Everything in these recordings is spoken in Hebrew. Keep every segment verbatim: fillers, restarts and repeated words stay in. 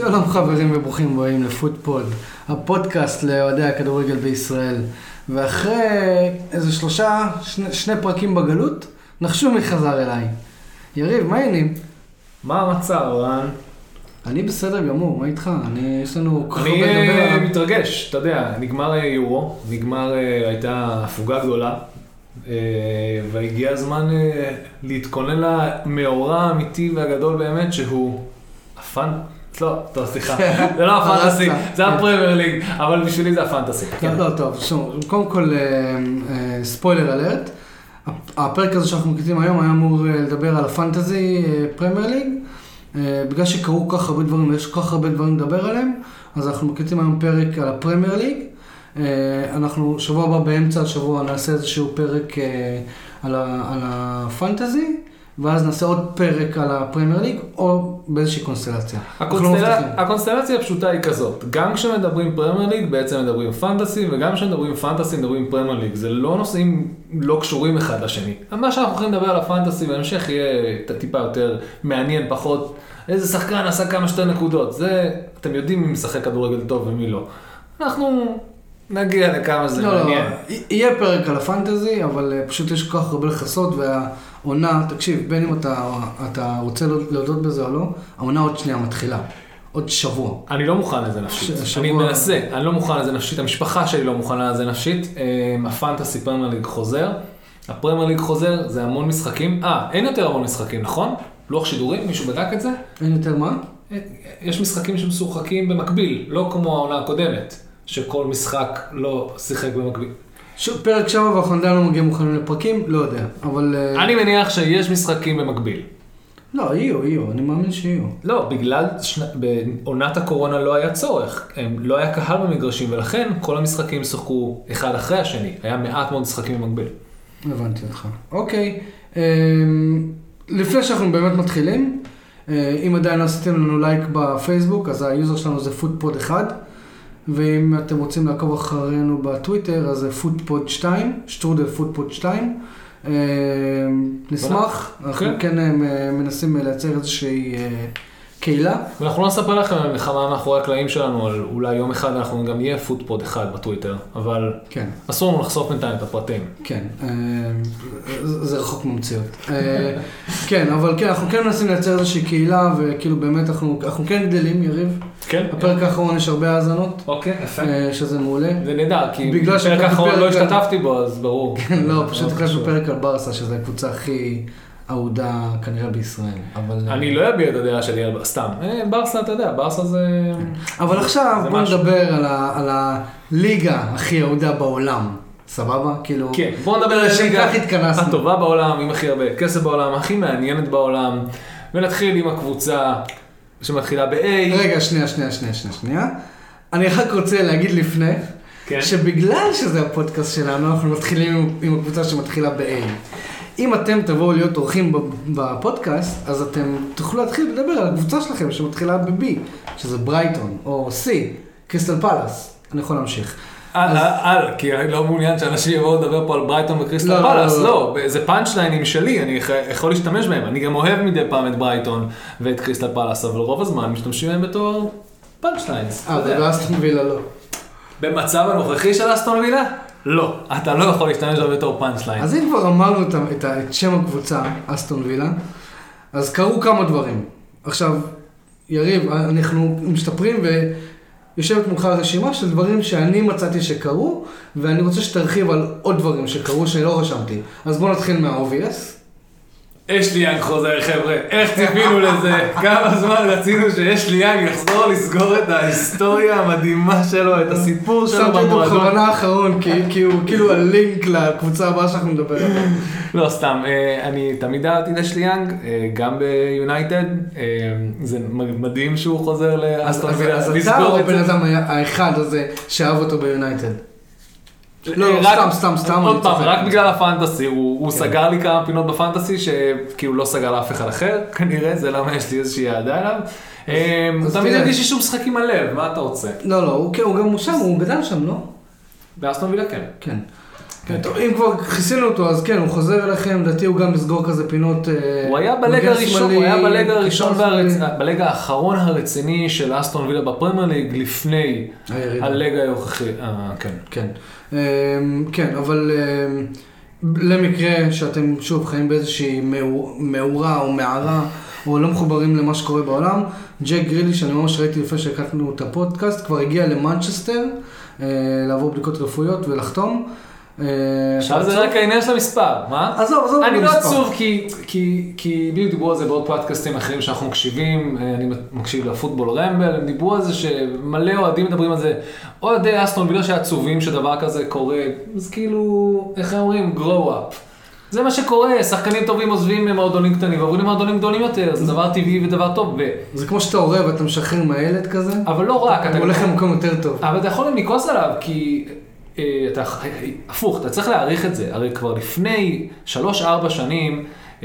שלום חברים וברוכים הבאים לפוטפוד, הפודקאסט לאוהדי הכדורגל בישראל. ואחרי איזה שלושה, שני, שני פרקים בגלות, נחשו מי חזר אליי. יריב, מה העניינים? מה המצב, רן? אני בסדר גמור, מה איתך? אני, יש לנו כל כך הרבה לדבר. אני מתרגש, אתה יודע, נגמר יורו, נגמר, הייתה הפוגה גדולה, והגיע הזמן להתכונן למאורע האמיתי והגדול באמת, שהוא הפאנט... לא, טוב, סליחה, זה לא הפנטסי, זה הפרמייר ליג, אבל בשבילי זה הפנטסי. לא, טוב, שום, קודם כל, ספוילר אלרט, הפרק הזה שאנחנו מקליטים היום היה אמור לדבר על הפנטזי פרמייר ליג, בגלל שקרו כל כך הרבה דברים ויש כל כך הרבה דברים לדבר עליהם, אז אנחנו מקליטים היום פרק על הפרמייר ליג. אנחנו שבוע הבא באמצע השבוע נעשה איזשהו פרק על הפנטזי, ואז נעשה עוד פרק על הפרמייר ליג, או באיזושהי קונסטלציה. הקונסטלציה הפשוטה היא כזאת, גם כשמדברים פרמייר ליג, בעצם מדברים פנטסי, וגם כשמדברים פנטסי, מדברים פרמייר ליג. זה לא נושאים לא קשורים אחד לשני. מה שאנחנו יכולים לדבר על הפנטסי, בהמשך יהיה טיפה יותר מעניין, פחות, איזה שחקן עשה כמה שתי נקודות. זה, אתם יודעים מי משחק כדורגל טוב ומי לא. אנחנו נגיע לכמה זה מעניין. יהיה פרק על הפנטזי, אבל פשוט יש כל כך הרבה לחסות, והעונה, תקשיב, בין אם אתה, אתה רוצה להודות בזה או לא, העונה עוד שנייה מתחילה, עוד שבוע. אני לא מוכן לזה נפשית, אני מנסה, אני לא מוכן לזה נפשית, המשפחה שלי לא מוכנה לזה נפשית, הפנטסי פרמייר ליג חוזר, הפרמייר ליג חוזר, זה המון משחקים, אה, אין יותר המון משחקים, נכון? לוח שידורים, מישהו בדק את זה? אין יותר מה? יש משחקים שמשוחקים במקביל, לא כמו העונה הקודמת. שכל משחק לא שיחק במקביל. פרק שבע ואנחנו עדיין לא מגיעים מוכנים לפרקים, לא יודע, אבל... אני מניח שיש משחקים במקביל. לא, יהיו, יהיו, אני מאמין שיהיו. לא, בגלל בעונת הקורונה לא היה צורך, לא היה קהל במגרשים, ולכן כל המשחקים שוחקו אחד אחרי השני. היה מעט מאוד משחקים במקביל. הבנתי אותך. אוקיי, לפני שאנחנו באמת מתחילים, אם עדיין לא עשיתם לנו לייק בפייסבוק, אז היוזר שלנו זה פוטפוד אחד. ואם אתם רוצים לעקוב אחרינו בטוויטר, אז זה פוטפוד שתיים, שטרודל פוטפוד שתיים. נשמח, אנחנו כן מנסים לייצר איזושהי קהילה. ואנחנו לא נספר לכם לכמה מאחורי הקלעים שלנו, על אולי יום אחד אנחנו גם יהיה פוטפוד אחד בטוויטר, אבל אסור לנו לחשוף בינתיים את הפרטים. כן, זה רחוק ממציאות. כן, אבל כן, אנחנו כן מנסים לייצר איזושהי קהילה, וכאילו באמת אנחנו כן גדלים, יריב. כן. הפרק האחרון יש הרבה האזנות. אוקיי, יפה. שזה מעולה. זה נדע, כי בפרק האחרון לא השתתפתי בו, אז ברור. כן, לא, פשוט הקלטנו פרק על ברסה, שזו הקבוצה הכי אהודה כנראה בישראל. אני לא אביע את הדעה שלי על סתם. ברסה, אתה יודע, ברסה זה... אבל עכשיו בוא נדבר על הליגה הכי אהודה בעולם. סבבה? כאילו... כן, בוא נדבר על הליגה הטובה בעולם, עם הכי הרבה כסף בעולם, הכי מעניינת בעולם, ונתחיל עם הקבוצה שמתחילה ב-A. רגע, שנייה, שנייה, שנייה, שנייה, שנייה. אני רק רוצה להגיד לפני, כן. שבגלל שזה הפודקאסט שלנו, אנחנו מתחילים עם הקבוצה שמתחילה ב-A. אם אתם תבואו להיות אורחים בפודקאסט, אז אתם תוכלו להתחיל לדבר על הקבוצה שלכם שמתחילה ב-B, שזה ברייטון, או C, קריסטל פלאס. אני יכול להמשיך. אל, אל, כי אני לא מעוניין שאנשים יבואו לדבר פה על ברייטון וקריסטל פלאס, לא, זה פאנצ'ליינים שלי, אני יכול להשתמש בהם, אני גם אוהב מדי פעם את ברייטון ואת קריסטל פלאס, אבל רוב הזמן משתמשים בהם בתור פאנצ'ליינס. אה, ובאסטון וילה לא. במצב הנוכחי של אסטון וילה? לא, אתה לא יכול להשתמש בהם בתור פאנצ'ליין. אז אם כבר אמרנו את שם הקבוצה, אסטון וילה, אז קרו כמה דברים. עכשיו, יריב, אנחנו משתפרים ו... יושבת מולך רשימה של דברים שאני מצאתי שקרו, ואני רוצה שתרחיב על עוד דברים שקרו שלא רשמתי. אז בואו נתחיל מה-obvious. יש לי יאנג חוזר, חבר'ה. איך ציפינו לזה? כמה זמן רצינו שיש לי יאנג יחזור לסגור את ההיסטוריה המדהימה שלו, את הסיפור שלו במועדון. שמתי אותו בכוונה האחרון, כי הוא כאילו הלינק לקבוצה הבאה שאנחנו נדבר עליה. לא, סתם. אני תמיד אהבתי את אשלי יאנג, גם ביונייטד. זה מדהים שהוא חוזר לאסטון וילה. אז אתה הוא הבן אדם האחד הזה שאהב אותו ביונייטד. לא, סתם, סתם, סתם. עוד פעם, רק בגלל הפנטסי, הוא סגר לי כמה פינות בפנטסי שכאילו לא סגר לאף אחד אחר, כנראה, זה למה יש לי איזושהי יעדה אליו. הוא תמיד הרגיש ששום משחק עם הלב, מה אתה רוצה? לא, לא, הוא גם מושם, הוא גדל שם, לא? באסטון וילה כן. כן. כן, טוב, אם כבר חיסינו אותו, אז כן, הוא חוזר אליכם, לדעתי הוא גם מסגור כזה פינות... הוא היה בלג הראשון, הוא היה בלג הראשון, בלג האחרון הרציני של אסטון וילה בפרמייר ליג, לפני הלג היוכחי, כן. כן, כן, אבל למקרה שאתם שוב חיים באיזושהי מאורה או מערה, או לא מחוברים למה שקורה בעולם, ג'ק גריליש, אני ממש ראיתי לפני שהקלטנו את הפודקאסט, כבר הגיע למנצ'סטר, לעבור בדיקות רפואיות ולחתום. עכשיו זה רק העניין של המספר, מה? עזוב, עזוב. אני לא עצוב כי בדיוק דיברו על זה בעוד פודקאסטים אחרים שאנחנו מקשיבים, אני מקשיב לפוטבול רמבל, הם דיברו על זה שמלא אוהדים מדברים על זה, אוהדי אסטון וילה שעצובים שדבר כזה קורה, אז כאילו, איך הם אומרים? grow up. זה מה שקורה, שחקנים טובים עוזבים ממועדונים קטנים ועוברים למועדונים גדולים יותר, זה דבר טבעי ודבר טוב. זה כמו שאתה עורב ואתה משחרר מהילד כזה, אבל לא רק, אתה הולך למקום יותר טוב. אבל אתה יכול לקוס עליו, כי אתה, הפוך, אתה צריך להעריך את זה, הרי כבר לפני שלוש ארבע שנים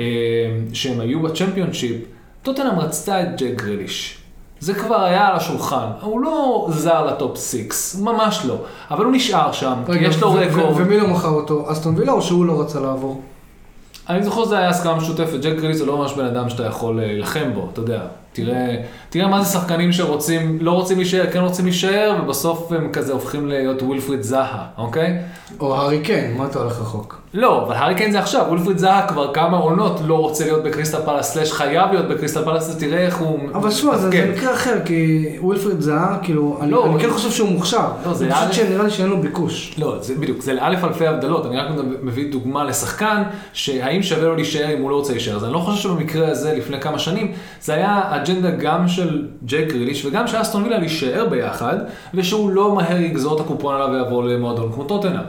שהם היו בצ'מפיונשיפ, טוטנהאם רצתה את ג'ק גריליש. זה כבר היה על השולחן, הוא לא זר לטופ סיקס, ממש לא, אבל הוא נשאר שם, כי יש לו רקורד. ומי לא מכר אותו? אסטון וילה או שהוא לא רצה לעבור? אני זוכר שזה היה הסכמה משותפת, ג'ק גריליש זה לא ממש בן אדם שאתה יכול להילחם בו, אתה יודע. תראה, תראה מה זה שחקנים שרוצים, לא רוצים להישאר, כן רוצים להישאר, ובסוף הם כזה הופכים להיות וילפריד זאהה, אוקיי? או הארי קיין, מה אתה הולך רחוק? לא, אבל הארי קיין זה עכשיו, וילפריד זאהה כבר כמה עונות לא רוצה להיות בקריסטל פלאס, סלש חייב להיות בקריסטל פלאס, תראה איך הוא... אבל שמה, זה, זה מקרה אחר, כי וילפריד זאהה, כאילו, לא, אני, אני כן חושב שהוא מוכשר, לא, זה אני חושב שנראה לי שאין לו ביקוש. לא, זה בדיוק, זה לאלף אלפי הבדלות, אני רק מביא דוגמה לשחקן, שהאם שווה לו להישאר אם הוא לא רוצה להישאר, אז אני לא חושב שבמקרה הזה, לפני כמה שנים, זה היה אג'נדה גם של ג'ק גריליש וגם של אסטון וילה להישאר ביחד, ושהוא לא מהר יגזור את הקופון עליו ויעבור למועדון כמו טוטנהאם.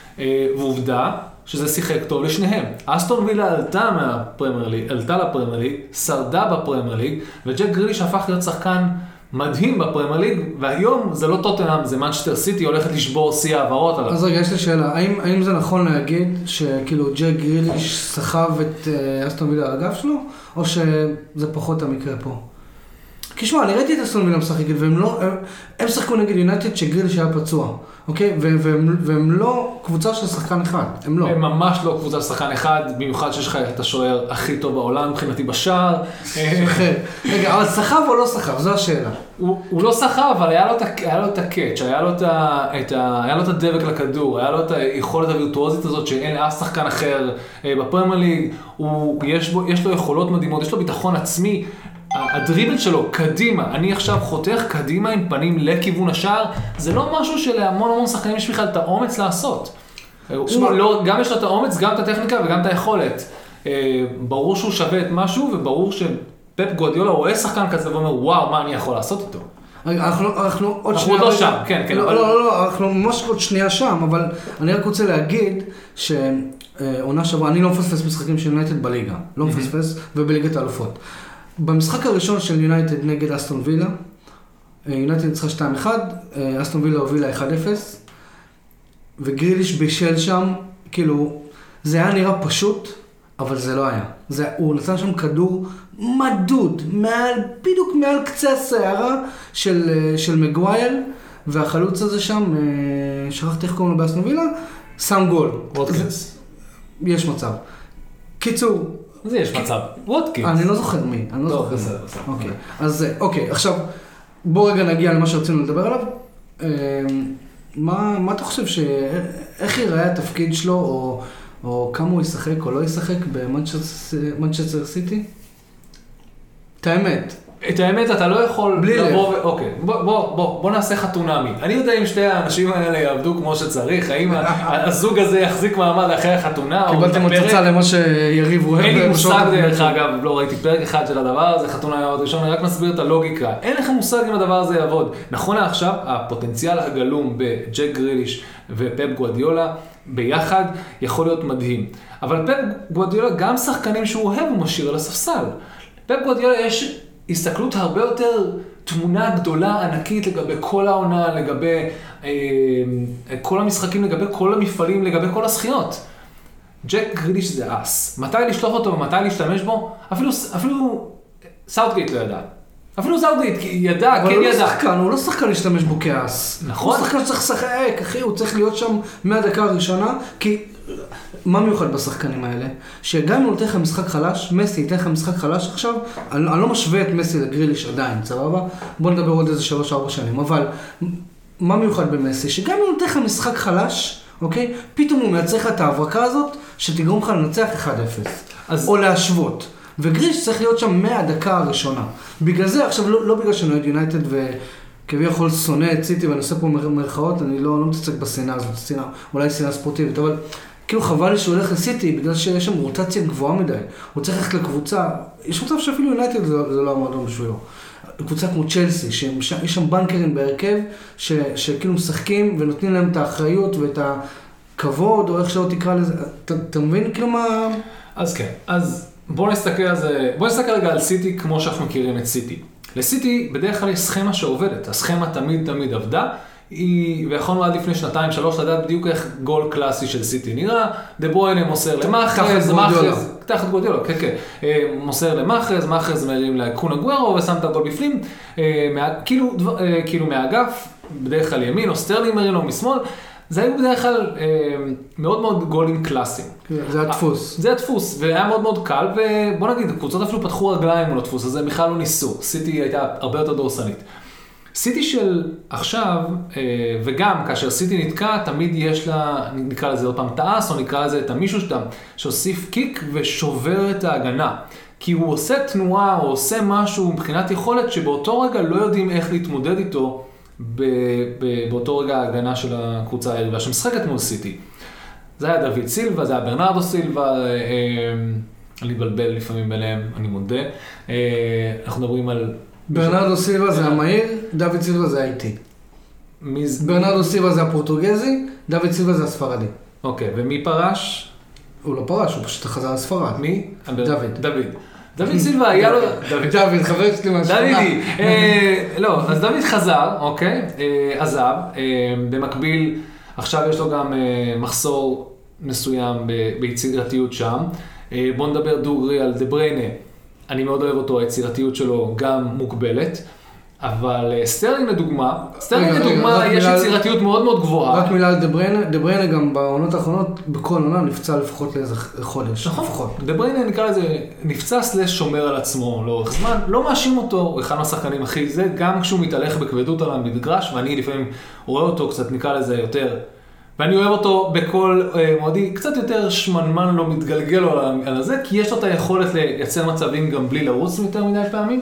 ועובדה שזה שיחק טוב לשניהם. אסטון וילה עלתה מהפרמייר ליג, עלתה לפרמייר ליג, שרדה בפרמייר ליג, וג'ק גריליש הפך להיות שחקן מדהים בפרמייר ליג, והיום זה לא טוטנהאם, זה מנצ'סטר סיטי הולכת לשבור שיא העברות עליו. אז רגע, יש לי שאלה, האם, האם זה נכון להגיד שכאילו ג'ק גריליש סחב את אסטון וילה על הגב שלו, או שזה פחות המקרה פה? כי שמע, אני ראיתי את אסטון וילה משחקת, והם לא, הם, הם שחקו נגד יונייטד שגריליש היה פצוע, אוקיי? והם, והם, והם לא קבוצה של שחקן אחד, הם לא. הם ממש לא קבוצה של שחקן אחד, במיוחד שיש לך את השוער הכי טוב בעולם, מבחינתי בשער. רגע, אבל סחב או לא סחב? זו השאלה. הוא, הוא לא סחב, אבל היה לו, היה לו את הקאץ', היה לו את, את, היה לו את הדבק לכדור, היה לו את היכולת הווירטואוזית הזאת שאין אף שחקן אחר בפרמייר ליג, הוא, יש, בו, יש לו יכולות מדהימות, יש לו ביטחון עצמי, הדריבל שלו קדימה, אני עכשיו חותך קדימה עם פנים לכיוון השער, זה לא משהו שלהמון המון שחקנים יש בכלל את האומץ לעשות. הוא לא, גם יש לו את האומץ, גם את הטכניקה וגם את היכולת. ברור שהוא שווה את משהו, וברור שפפ גוארדיולה רואה שחקן כזה ואומר, וואו, מה אני יכול לעשות איתו? אנחנו עוד שנייה... אנחנו לא שם, כן, כן. לא, לא, לא, אנחנו ממש עוד שנייה שם, אבל אני רק רוצה להגיד שעונה שבוע, אני לא מפספס משחקים של יונייטד בליגה, לא מפספס, ובליגת האלופות. במשחק הראשון של יונייטד נגד אסטון וילה, יונייטד ניצחה שתיים אחד, אסטון וילה הובילה אחד אפס, וגריליש בישל שם, כאילו, זה היה נראה פשוט, אבל זה לא היה. זה, הוא נתן שם כדור מדוד, מעל, בדיוק מעל קצה השערה של, של מגווייר, והחלוץ הזה שם, שכחתי איך קוראים לו באסטון וילה, שם גול. ווטקינס. יש מצב. קיצור, זה יש מצב. ווטקינס. אני לא זוכר מי. אני לא זוכר מי. אוקיי. אז אוקיי, עכשיו בוא רגע נגיע למה שרצינו לדבר עליו. מה אתה חושב ש... איך ייראה התפקיד שלו, או כמה הוא ישחק או לא ישחק במנצ'סטר סיטי? את האמת. את האמת אתה לא יכול לבוא ו... אוקיי, בוא, בוא, בוא, בוא נעשה חתונמי. אני יודע אם שתי האנשים האלה יעבדו כמו שצריך, האם הזוג הזה יחזיק מעמד אחרי החתונה. קיבלתם הצצה למה שיריב רואה. אין לי מושג דרך אגב, לא ראיתי פרק אחד של הדבר הזה, חתונה מאוד ראשון, אני רק מסביר את הלוגיקה. אין לך מושג אם הדבר הזה יעבוד. נכון לעכשיו, הפוטנציאל הגלום בג'ק גריליש ופפ גוארדיולה ביחד יכול להיות מדהים. אבל פפ גוארדיולה גם שחקנים שהוא אוהב הוא משאיר על הספסל. פפ גוארדיולה יש הסתכלות הרבה יותר תמונה גדולה, ענקית, לגבי כל העונה, לגבי אה, כל המשחקים, לגבי כל המפעלים, לגבי כל הזכיות. ג'ק גריליש זה אס. מתי לשלוח אותו ומתי להשתמש בו? אפילו, אפילו סאוטגייט לא ידע. אפילו סאוטגייט ידע, כן ידע. אבל הוא לא ידע. שחקן, הוא לא שחקן להשתמש בו כעס. נכון. הוא שחקן שצריך לשחק, אחי, הוא צריך להיות שם מהדקה הראשונה, כי מה מיוחד בשחקנים האלה? שגם אם הוא נותן לך משחק חלש, מסי ייתן לך משחק חלש עכשיו, אני, אני לא משווה את מסי לגריליש עדיין, סבבה? בוא נדבר עוד איזה שלוש ארבע שנים, אבל מה מיוחד במסי? שגם אם הוא נותן לך משחק חלש, אוקיי? פתאום הוא מייצר לך את ההברקה הזאת, שתגרום לך לנצח אחד אפס. אז... או להשוות. וגריליש צריך להיות שם מהדקה הראשונה. בגלל זה, עכשיו, לא, לא בגלל שאני אוהד יונייטד וכביכול שונא את סיטי, ואני עושה פה מרכאות, אני לא, לא מתעסק בסצנה הזאת, סצנה, אולי סצנה ספורטיבית, אבל כאילו חבל לי שהוא הולך לסיטי, בגלל שיש שם רוטציה גבוהה מדי. הוא צריך ללכת לקבוצה, יש מצב שאפילו יונייטד זה, זה לא המועדון בשבילו. קבוצה כמו צ'לסי, שיש שם בנקרים בהרכב, ש, שכאילו משחקים ונותנים להם את האחריות ואת הכבוד, או איך שלא תקרא לזה, אתה, אתה מבין כאילו מה... אז כן, אז בוא נסתכל על זה, בוא נסתכל רגע על סיטי כמו שאנחנו מכירים את סיטי. לסיטי בדרך כלל יש סכמה שעובדת, הסכמה תמיד תמיד עבדה, היא, ויכולנו עד לפני שנתיים, שלוש, לדעת בדיוק איך גול קלאסי של סיטי נראה, דה ברויינה מוסר למחרז, מחרז, תחת גוארדיולה, כן, כן, מוסר למחרז, מחרז מרים לקון אגוארו ושם את הגול בפנים, כאילו, כאילו מהאגף, בדרך כלל ימין, או סטרלינג מרים לו משמאל, זה היו בדרך כלל מאוד מאוד גולים קלאסיים. זה הדפוס. זה הדפוס, והיה מאוד מאוד קל, ובוא נגיד, הקבוצות אפילו פתחו רגליים מול הדפוס, אז הם בכלל לא ניסו, סיטי הייתה הרבה יותר דורסנית. סיטי של עכשיו, וגם כאשר סיטי נתקע, תמיד יש לה, נקרא לזה עוד פעם תאס, או נקרא לזה את המישהו שאתה, שעוסיף קיק ושובר את ההגנה. כי הוא עושה תנועה, או עושה משהו מבחינת יכולת, שבאותו רגע לא יודעים איך להתמודד איתו, באותו רגע ההגנה של הקבוצה היריבה, שמשחקת מול סיטי. זה היה דוד סילבה, זה היה ברנרדו סילבה, אני מבלבל לפעמים ביניהם, אני מודה. אנחנו מדברים על... ברנרדו סילבה זה המהיר, דוד סילבה זה האיטי. ברנרדו סילבה זה הפורטוגזי, דוד סילבה זה הספרדי. אוקיי, ומי פרש? הוא לא פרש, הוא פשוט חזר לספרד. מי? דוד. דוד. דוד סילבה היה לו... דוד, חבר שלי מהשנה. דודי. לא, אז דוד חזר, אוקיי, עזב. במקביל, עכשיו יש לו גם מחסור מסוים ביצירתיות שם. בוא נדבר דוגרי על דה בריינה. אני מאוד אוהב אותו, היצירתיות שלו גם מוגבלת, אבל סטרלינג לדוגמה, סטרלינג לדוגמה יש יצירתיות מאוד מאוד גבוהה. רק מילה על דה בריינה, דה בריינה גם בעונות האחרונות, בכל עונה נפצע לפחות לאיזה חודש. נכון, דה בריינה נקרא לזה, נפצע סלש שומר על עצמו לאורך זמן, לא מאשים אותו, הוא אחד מהשחקנים הכי זה, גם כשהוא מתהלך בכבדות על המדגרש, ואני לפעמים רואה אותו קצת נקרא לזה יותר, ואני אוהב אותו בכל מועדי, קצת יותר שמנמן לא מתגלגל לו על זה, כי יש לו את היכולת לייצר מצבים גם בלי לרוץ יותר מדי פעמים.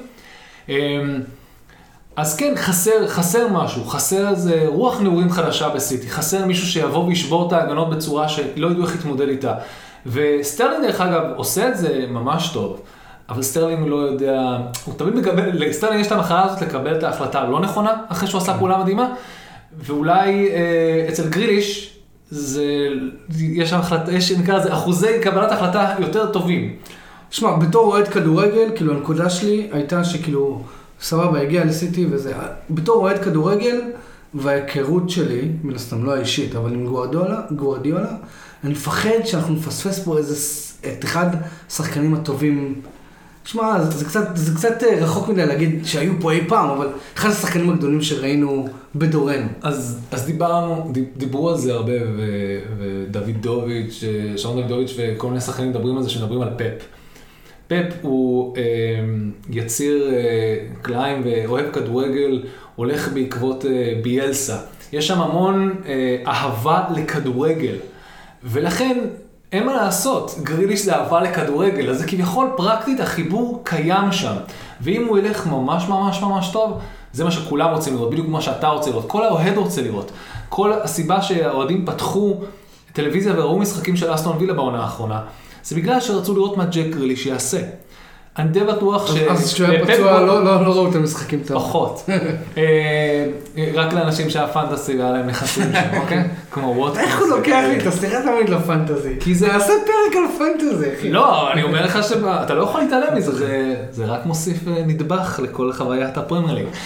אז כן, חסר, חסר משהו, חסר איזה רוח נעורים חדשה בסיטי, חסר מישהו שיבוא וישבור את ההגנות בצורה שלא ידעו איך להתמודד איתה. וסטרלינג דרך אגב עושה את זה ממש טוב, אבל סטרלינג לא יודע, הוא תמיד מקבל, לסטרלינג יש את המחלה הזאת לקבל את ההחלטה הלא נכונה, אחרי שהוא עשה פעולה מדהימה, ואולי אה, אצל גריליש, זה, יש שם החלטה, יש נקרא לזה אחוזי קבלת החלטה יותר טובים. שמע, בתור אוהד כדורגל, כאילו הנקודה שלי הייתה שכאילו, סבבה, הגיע לסיטי וזה, בתור אוהד כדורגל, וההיכרות שלי, מן הסתם לא האישית, אבל עם גוארדיולה, גוארדיולה, אני מפחד שאנחנו נפספס פה איזה, את אחד השחקנים הטובים. שמע, זה קצת, זה קצת רחוק מדי להגיד שהיו פה אי פעם, אבל אחד השחקנים הגדולים שראינו בדורנו. אז, אז דיברנו, דיברו על זה הרבה, ודוידוביץ', שרון דוידוביץ' וכל מיני שחקנים מדברים על זה, שמדברים על פפ. פפ הוא אה, יציר אה, קליים ואוהב כדורגל, הולך בעקבות אה, ביאלסה. יש שם המון אה, אהבה לכדורגל, ולכן אין מה לעשות, גריליש זה אהבה לכדורגל, אז זה כביכול פרקטית, החיבור קיים שם. ואם הוא ילך ממש ממש ממש טוב, זה מה שכולם רוצים לראות, בדיוק כמו שאתה רוצה לראות, כל האוהד רוצה לראות. כל הסיבה שהאוהדים פתחו טלוויזיה וראו משחקים של אסטון וילה בעונה האחרונה, זה בגלל שרצו לראות מה ג'ק גריליש יעשה. אני די בטוח ש... אז כשהוא היה פצוע לא ראו את המשחקים טוב. פחות. רק לאנשים שהפנטסי והיה להם נכסים שם, אוקיי? כמו ווטקינס. איך הוא לוקח לי? אתה סליחה תמיד לפנטסי. כי זה יעשה פרק על פנטסי, אחי. לא, אני אומר לך שאתה לא יכול להתעלם מזה, זה רק מוסיף נדבך לכל חוויית הפרמייר ליג.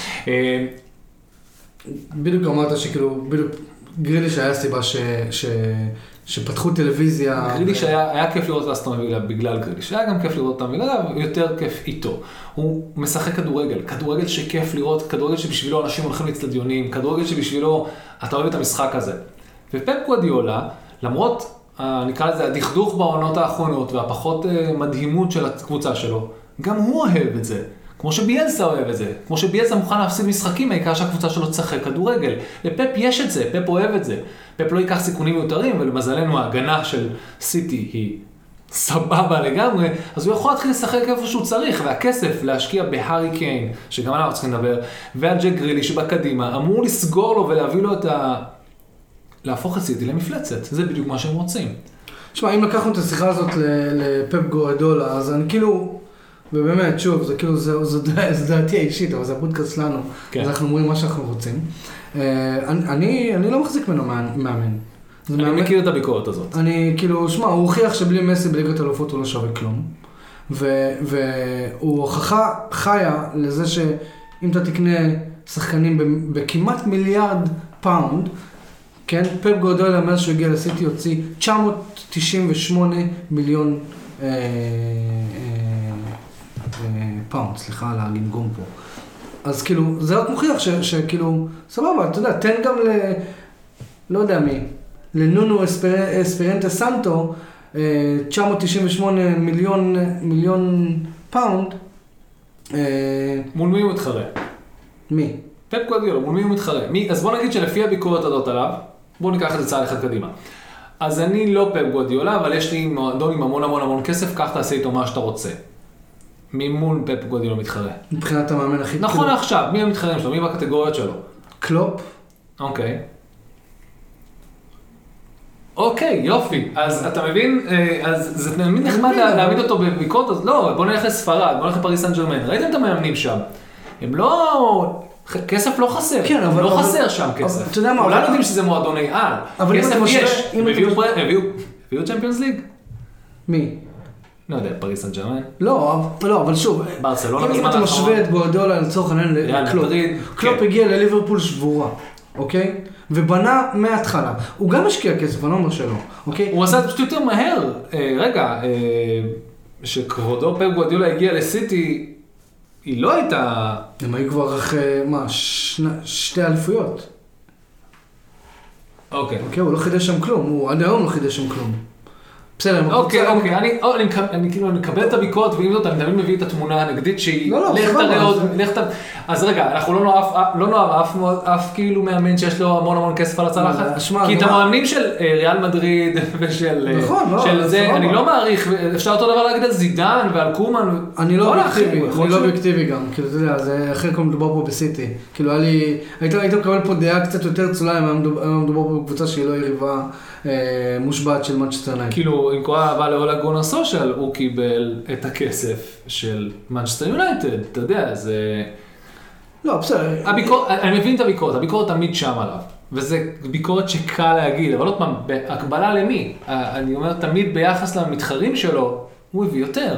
בדיוק אמרת שכאילו, בדיוק גריליש היה סיבה שפתחו טלוויזיה. גריליש היה, היה כיף לראות את אסטון וילה בגלל גריליש, היה גם כיף לראות אותם וילה, ויותר כיף איתו. הוא משחק כדורגל, כדורגל שכיף לראות, כדורגל שבשבילו אנשים הולכים לאצטדיונים, כדורגל שבשבילו אתה אוהב את המשחק הזה. ופפ גוארדיולה, למרות, נקרא לזה, הדכדוך בעונות האחרונות והפחות מדהימות של הקבוצה שלו, גם הוא אוהב את זה. כמו שביאלסה אוהב את זה, כמו שביאלסה מוכן להפסיד משחקים, העיקר שהקבוצה שלו תשחק כדורגל. לפפ יש את זה, פפ אוהב את זה. פפ לא ייקח סיכונים מיותרים, ולמזלנו ההגנה של סיטי היא סבבה לגמרי, אז הוא יכול להתחיל לשחק איפה שהוא צריך, והכסף להשקיע בהארי קיין, שגם אנחנו צריכים לדבר, והג'ק גרילי שבקדימה, אמור לסגור לו ולהביא לו את ה... להפוך את סיטי למפלצת. זה בדיוק מה שהם רוצים. תשמע, אם לקחנו את השיחה הזאת לפפ גוארדיולה, אז אני כאילו... ובאמת, שוב, זה כאילו, זה, זה, זה דעתי האישית, אבל זה הפודקאסט שלנו, כן. אז אנחנו אומרים מה שאנחנו רוצים. Uh, אני, אני, אני לא מחזיק ממנו מאמן. אני מאמן, מכיר את הביקורת הזאת. אני, כאילו, שמה, הוא הוכיח שבלי מסי בליגת האלופות הוא לא שווה כלום. ו, והוא הוכחה חיה לזה שאם אתה תקנה שחקנים בכמעט מיליארד פאונד, כן, פפ גוארדיולה מאז שהוא הגיע לסיטי הוציא תשע מאות תשעים ושמונה מיליון אה, פאונד, סליחה על הגינגום פה. אז כאילו, זה רק מוכיח ש, שכאילו, סבבה, אתה יודע, תן גם ל... לא יודע מי, לנונו אספר, אספרנטה סנטו, תשע מאות תשעים ושמונה מיליון, מיליון פאונד. מול מי הוא מתחרה? מי? פפ גוארדיולה, מול מי הוא מתחרה? מי? אז בוא נגיד שלפי הביקורת הזאת עליו, בוא ניקח את זה צעד אחד קדימה. אז אני לא פפ גוארדיולה, אבל יש לי מועדון עם המון המון המון כסף, כך תעשה איתו מה שאתה רוצה. מי מול פפ גוארדיולה מתחרה? מבחינת המאמן הכי... נכון כאילו... עכשיו, מי המתחרים שלו? מי בקטגוריות שלו? קלופ. אוקיי. אוקיי, יופי. אז אתה מבין, אז זה תמיד נחמד להעמיד אותו בביקורת, אז לא, בוא נלך לספרד, בוא נלך לפריס סן ז'רמן. ראיתם את המאמנים שם? הם לא... כסף לא חסר. כן, אבל... לא חסר שם כסף. אתה יודע מה... אולי יודעים שזה מועדוני על. כסף יש. הם הביאו צ'מפיונס ליג? מי? לא יודע, פריס סן ז'רמן. לא, לא, אבל שוב, ברצלונה אם אתה משווה את גוארדיולה לצורך העניין לקלופ, קלופ הגיע לליברפול שבורה, אוקיי? ובנה מההתחלה. הוא גם השקיע כסף, אני לא אומר שלא, אוקיי? הוא עשה את זה פשוט יותר מהר. רגע, שכבודו פפ גוארדיולה הגיע לסיטי, היא לא הייתה... הם היו כבר אחרי, מה, שתי אליפויות. אוקיי. אוקיי, הוא לא חידש שם כלום, הוא עד היום לא חידש שם כלום. בסדר, אוקיי, אוקיי, אני, אני כאילו מקבל את הביקורת, ועם זאת אני תמיד מביא את התמונה הנגדית שהיא, לא, לא, לך תראה עוד, לך תראה, אז רגע, אנחנו לא נאהב, לא נאהב אף, אף כאילו מאמן שיש לו המון המון כסף על הצלחת, כי את המאמנים של ריאל מדריד ושל, של זה, אני לא מעריך, אפשר אותו דבר להגיד על זידן ועל קומן, אני לא אובייקטיבי, אני לא אובייקטיבי גם, כאילו, אתה יודע, זה אחרי כל מדובר פה בסיטי, כאילו, היה לי, היית מקבל פה דעה קצת יותר צולה, אם היה מדובר פה בקבוצה שהיא לא יריבה מושבעת של מנצ'סטר יונייטד. כאילו, עם כל האהבה לאולה גונר סושיאל, הוא קיבל את הכסף של מנצ'סטר יונייטד, אתה יודע, זה... לא, בסדר. אני מבין את הביקורת, הביקורת תמיד שם עליו, וזה ביקורת שקל להגיד, אבל עוד פעם, בהקבלה למי? אני אומר, תמיד ביחס למתחרים שלו, הוא הביא יותר.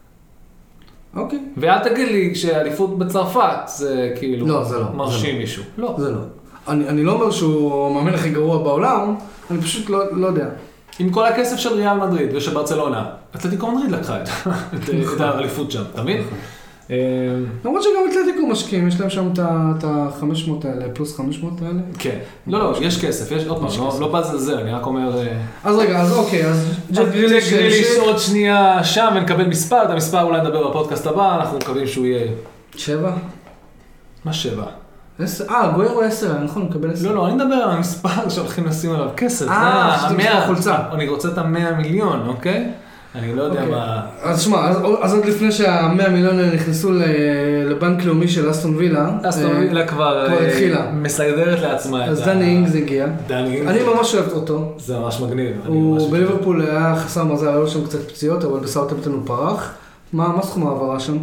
אוקיי. ואל תגיד לי שהאליפות בצרפת, זה כאילו... לא, זה לא. מרשים מישהו. לא. זה לא. אני לא אומר שהוא המאמן הכי גרוע בעולם, אני פשוט לא יודע. עם כל הכסף של ריאל מדריד ושל ברצלונה, אתלטיקו מדריד לקחה את האליפות שם, אתה מבין? למרות שגם אתלטיקו משקיעים, יש להם שם את ה-חמש מאות האלה, פלוס חמש מאות האלה. כן. לא, לא, יש כסף, יש עוד פעם, לא בז על זה, אני רק אומר... אז רגע, אז אוקיי, אז... ג'ק גריליש עוד שנייה שם ונקבל מספר, את המספר אולי נדבר בפודקאסט הבא, אנחנו מקווים שהוא יהיה... שבע? מה שבע? אה, גוירו עשר, נכון, נקבל עשר. לא, לא, אני מדבר על המספר שהולכים לשים עליו כסף. אה, שאתה מספר חולצה. אני רוצה את המאה מיליון, אוקיי? אני לא יודע מה... אז שמע, אז עוד לפני שהמאה מיליון נכנסו לבנק לאומי של אסטון וילה, אסטון וילה כבר מסגדרת לעצמה. אז דני אינגס הגיע. דני אינגס. אני ממש אוהבת אותו. זה ממש מגניב. הוא בליברפול היה חסר מזל, היה לו שם קצת פציעות, אבל בסאוטהמפטון הוא פרח. מה סכום העברה שם?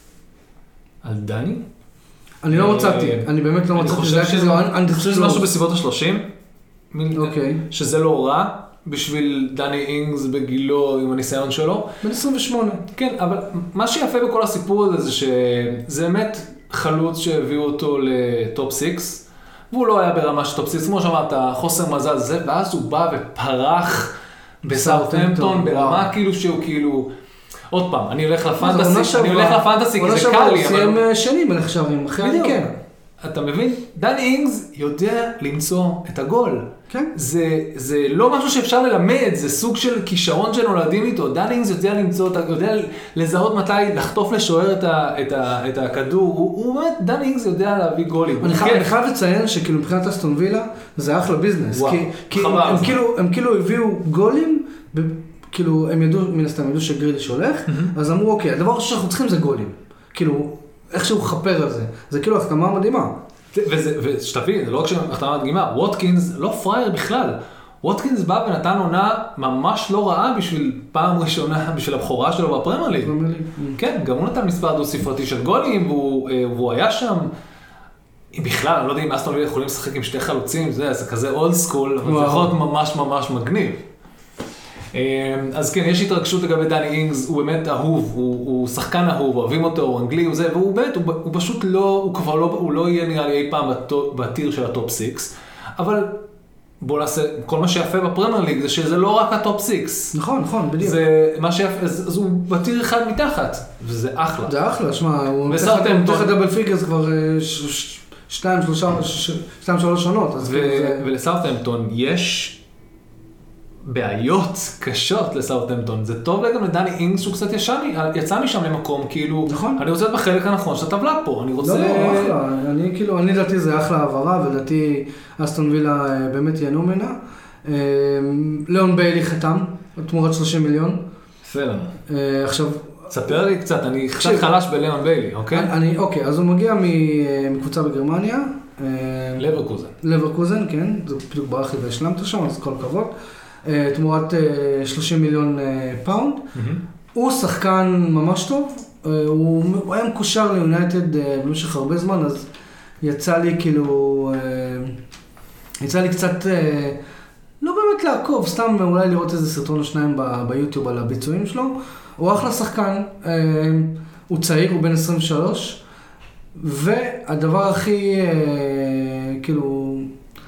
על דני? אני לא מצאתי, אני באמת לא מצאתי. אני חושב שזה משהו בסביבות ה-שלושים. אוקיי. שזה לא רע. בשביל דני אינגס בגילו עם הניסיון שלו. בן עשרים ושמונה. כן, אבל מה שיפה בכל הסיפור הזה זה שזה באמת חלוץ שהביאו אותו לטופ סיקס, והוא לא היה ברמה של טופ סיקס, כמו שאמרת, חוסר מזל זה, ואז הוא בא ופרח בסאות'המפטון, ברמה כאילו שהוא כאילו, עוד פעם, אני הולך לפנטסי, אני הולך לפנטסי כי זה קל לי, אבל... הוא סיים שנים מלך שערים, אחרי אני כן. אתה מבין? דני אינגס יודע למצוא את הגול. כן. זה, זה לא משהו שאפשר ללמד, זה סוג של כישרון שנולדים איתו. דני אינגס יודע למצוא, יודע לזהות מתי לחטוף לשוער את, ה, את, ה, את הכדור. הוא, הוא באמת, דני אינגס יודע להביא גולים. אני חייב, אני חייב לציין שכאילו מבחינת אסטון וילה, זה אחלה ביזנס. וואו, כי, כי הם, הם, כאילו, הם כאילו הביאו גולים, ב, כאילו הם ידעו, מן הסתם ידעו שגריליש הולך, mm-hmm. אז אמרו, אוקיי, הדבר שאנחנו צריכים זה גולים. כאילו, איכשהו חפר על זה. זה כאילו החתמה מדהימה. ושתבין, זה לא רק שהחתמה מדהימה, ווטקינס לא פרייר בכלל. ווטקינס בא ונתן עונה ממש לא רעה בשביל פעם ראשונה, בשביל הבכורה שלו בפרמייר ליג. כן, גם הוא נתן מספר דו ספרתי של גולים, והוא היה שם. בכלל, אני לא יודע אם אסטון וילה יכולים לשחק עם שתי חלוצים, זה כזה אולד סקול, אבל זה יכול להיות ממש ממש מגניב. אז כן, יש התרגשות לגבי דני אינגס, הוא באמת אהוב, הוא, הוא שחקן אהוב, אוהבים אותו, הוא אנגלי, הוא זה, והוא באמת, הוא, הוא פשוט לא, הוא כבר לא, הוא לא יהיה נראה לי אי פעם בטיר של הטופ סיקס, אבל בוא נעשה, כל מה שיפה בפרמייר ליג זה שזה לא רק הטופ סיקס. נכון, נכון, בדיוק. זה מה שיפה, אז, אז הוא בטיר אחד מתחת, וזה אחלה. זה אחלה, שמע, הוא מתחת דאבל פיגרס כבר שתיים, שלושה, שתיים, שלוש שונות. ולסאות'המפטון יש בעיות קשות לסאות'המפטון. זה טוב גם לדני אינגס שהוא קצת יצא משם למקום, כאילו, נכון. אני רוצה להיות בחלק הנכון של הטבלה פה, אני רוצה... לא, לא, אחלה. אני כאילו, אני דעתי זה אחלה העברה, ודעתי אסטון וילה באמת ייהנו ממנה. ליאון ביילי חתם, תמורת שלושים מיליון. פלן. עכשיו... ספר לי קצת, אני קצת חלש בליאון ביילי, אוקיי? אני, אוקיי, אז הוא מגיע מקבוצה בגרמניה. לברקוזן. לברקוזן, כן, זה בדיוק ברח לי והשלמת שם, אז כל כבוד. תמורת שלושים מיליון פאונד. הוא שחקן ממש טוב, הוא היה מקושר ליונייטד במשך הרבה זמן, אז יצא לי כאילו, יצא לי קצת, לא באמת לעקוב, סתם אולי לראות איזה סרטון או שניים ביוטיוב על הביצועים שלו. הוא אחלה שחקן, הוא צעיר, הוא בן עשרים ושלוש, והדבר הכי, כאילו,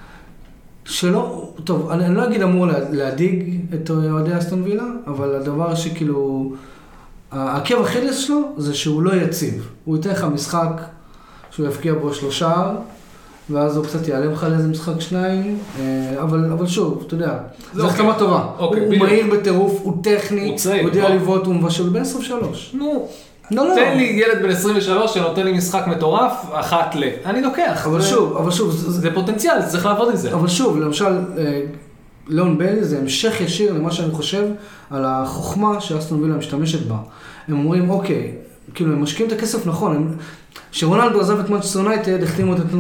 שלא, טוב, אני, אני לא אגיד אמור להדיג את אוהדי אסטון וילה, אבל הדבר שכאילו, העקב החלס שלו זה שהוא לא יציב. הוא ייתן לך משחק שהוא יפקיע בו שלושה, ואז הוא קצת יעלם לך לאיזה משחק שניים, אבל, אבל שוב, אתה יודע, זו החתמה טובה. אוקיי, הוא מהיר בטירוף, הוא טכני, הוא צעיר, הוא יודע לבעוט, הוא מבשל בן עשרים ושלוש. נו. לא, לא. תן לי ילד בן עשרים ושלוש שנותן לי משחק מטורף, אחת ל... אני לוקח. אבל שוב, אבל שוב, זה פוטנציאל, צריך לעבוד עם זה. אבל שוב, למשל, ליאון ביילי זה המשך ישיר למה שאני חושב על החוכמה שאסטון וילה משתמשת בה. הם אומרים, אוקיי, כאילו, הם משקיעים את הכסף נכון. כשרונלדו עזב את מנצ'סטר יונייטד, החתימו את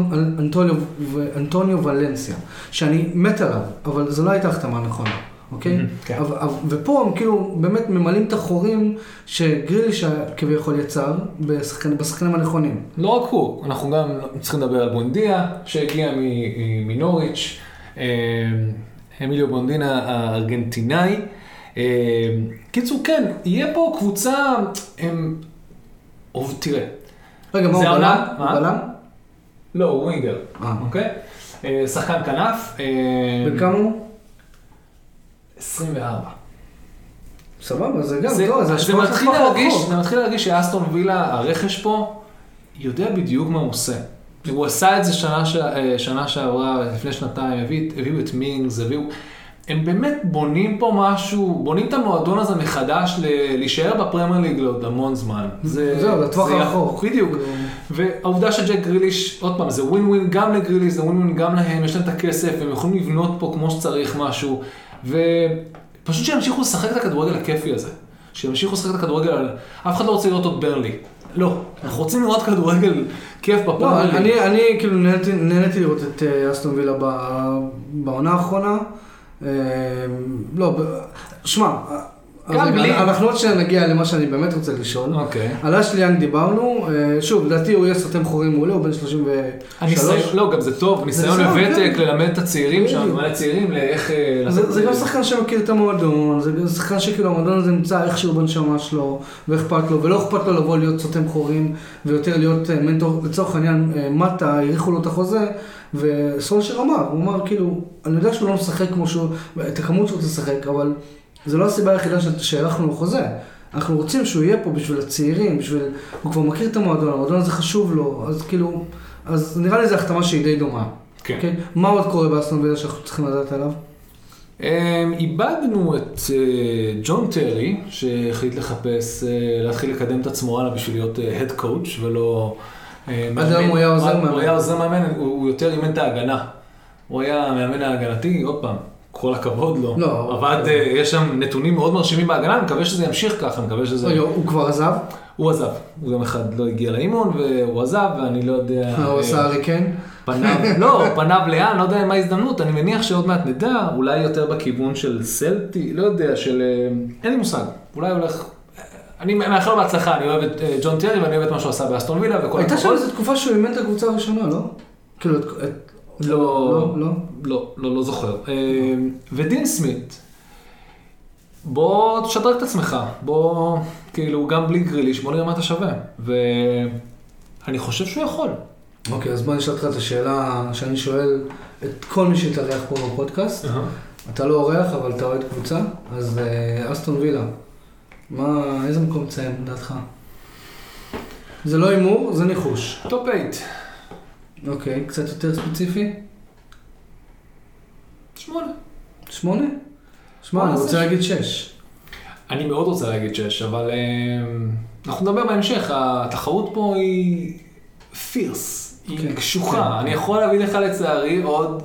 אנטוניו ולנסיה, שאני מת עליו, אבל זו לא הייתה החתמה נכונה. אוקיי? ופה הם כאילו באמת ממלאים את החורים שגריליש כביכול יצר בשחקנים הנכונים. לא רק הוא, אנחנו גם צריכים לדבר על בונדיה שהגיע מנוריץ', אמיליו בונדינה הארגנטינאי. קיצור, כן, יהיה פה קבוצה, תראה. רגע, מה הוא בלם? הוא בלם? לא, הוא ווינגר, אוקיי? שחקן כנף. בכמה הוא? עשרים וארבע. סבבה, זה גם, זה, לא, זה זה מתחיל להרגיש, זה מתחיל להרגיש שאסטון וילה, הרכש פה, יודע בדיוק מה הוא עושה. הוא עשה את זה שנה, שנה שעברה, לפני שנתיים, הביאו, הביאו את מינגס, הביאו, הם באמת בונים פה משהו, בונים את המועדון הזה מחדש ל, להישאר בפרמייר ליג לעוד המון זמן. זה, זהו, לטווח הרחוק. בדיוק. והעובדה שג'ק גריליש, עוד פעם, זה ווין ווין גם לגריליש, זה ווין ווין גם להם, יש להם את הכסף, הם יכולים לבנות פה כמו שצריך משהו. ופשוט שימשיכו לשחק את הכדורגל הכיפי הזה. שימשיכו לשחק את הכדורגל, אף אחד לא רוצה לראות עוד ברלי. לא, אנחנו רוצים לראות כדורגל כיף בפרמייר ליג. לא, אני, אני כאילו נהניתי, נהניתי לראות את אסטון וילה בעונה האחרונה. לא, שמע, גם בלי... אנחנו עוד שנגיע למה שאני באמת רוצה לשאול. אוקיי. על אשלי יאנג דיברנו, שוב, לדעתי הוא יהיה סרטן חורים מעולה, הוא בן שלושים ושלוש. לא, גם זה טוב, ניסיון לוותק, ללמד את הצעירים שם, ללמד הצעירים לאיך... זה גם שחקן שמכיר את המועדון, זה שחקן שכאילו המועדון הזה נמצא איכשהו בנשמה שלו, ואכפת לו, ולא אכפת לו לבוא להיות סרטן חורים, ויותר להיות מנטור, לצורך העניין, מטה, העריכו לו את החוזה, וסולשר אמר, הוא אמר כאילו, אני יודע שהוא לא משחק כמו שהוא, את הכמות שהוא תשחק, אבל זה לא הסיבה היחידה שהערכנו לו חוזה. אנחנו רוצים שהוא יהיה פה בשביל הצעירים, בשביל, הוא כבר מכיר את המועדון, המועדון הזה חשוב לו, אז כאילו, אז נראה לי זה החתמה שהיא די דומה. כן. Okay? מה עוד קורה באסטון וילה שאנחנו צריכים לדעת עליו? איבדנו את ג'ון טרי, שהחליט לחפש, להתחיל לקדם את עצמו הלאה בשביל להיות הד קואוץ' ולא... עד היום הוא היה עוזר מאמן. הוא היה עוזר מאמן, הוא יותר אימן את ההגנה. הוא היה מאמן ההגנתי, עוד פעם, כל הכבוד לו. לא. עבד, יש שם נתונים מאוד מרשימים בהגנה, אני מקווה שזה ימשיך ככה, אני מקווה שזה... הוא כבר עזב? הוא עזב. הוא גם אחד לא הגיע לאימון, והוא עזב, ואני לא יודע... הוא עשה הריקן? פניו, לא, פניו לאן, לא יודע מה ההזדמנות, אני מניח שעוד מעט נדע, אולי יותר בכיוון של סלטי, לא יודע, של... אין לי מושג, אולי הולך... אני מאחל לו בהצלחה, אני אוהב את ג'ון טרי ואני אוהב את מה שהוא עשה באסטון וילה וכל... הייתה שם איזו תקופה שהוא אימן את הקבוצה הראשונה, לא? כאילו, לא, לא, לא, לא זוכר. ודין סמית, בוא תשדרג את עצמך, בוא, כאילו, גם בלי גריליש, בוא נראה מה אתה שווה. ואני חושב שהוא יכול. אוקיי, אז בוא נשאל לך את השאלה שאני שואל את כל מי שהתארח פה בפודקאסט. אתה לא אורח, אבל אתה אוהד קבוצה, אז אסטון וילה. מה, איזה מקום תציין, לדעתך? זה לא אימור, זה ניחוש. טופ אייט. אוקיי, קצת יותר ספציפי? שמונה. שמונה? שמע, אני רוצה להגיד שש. אני מאוד רוצה להגיד שש, אבל אנחנו נדבר בהמשך, התחרות פה היא פירס, היא קשוחה. אני יכול להביא לך לצערי עוד...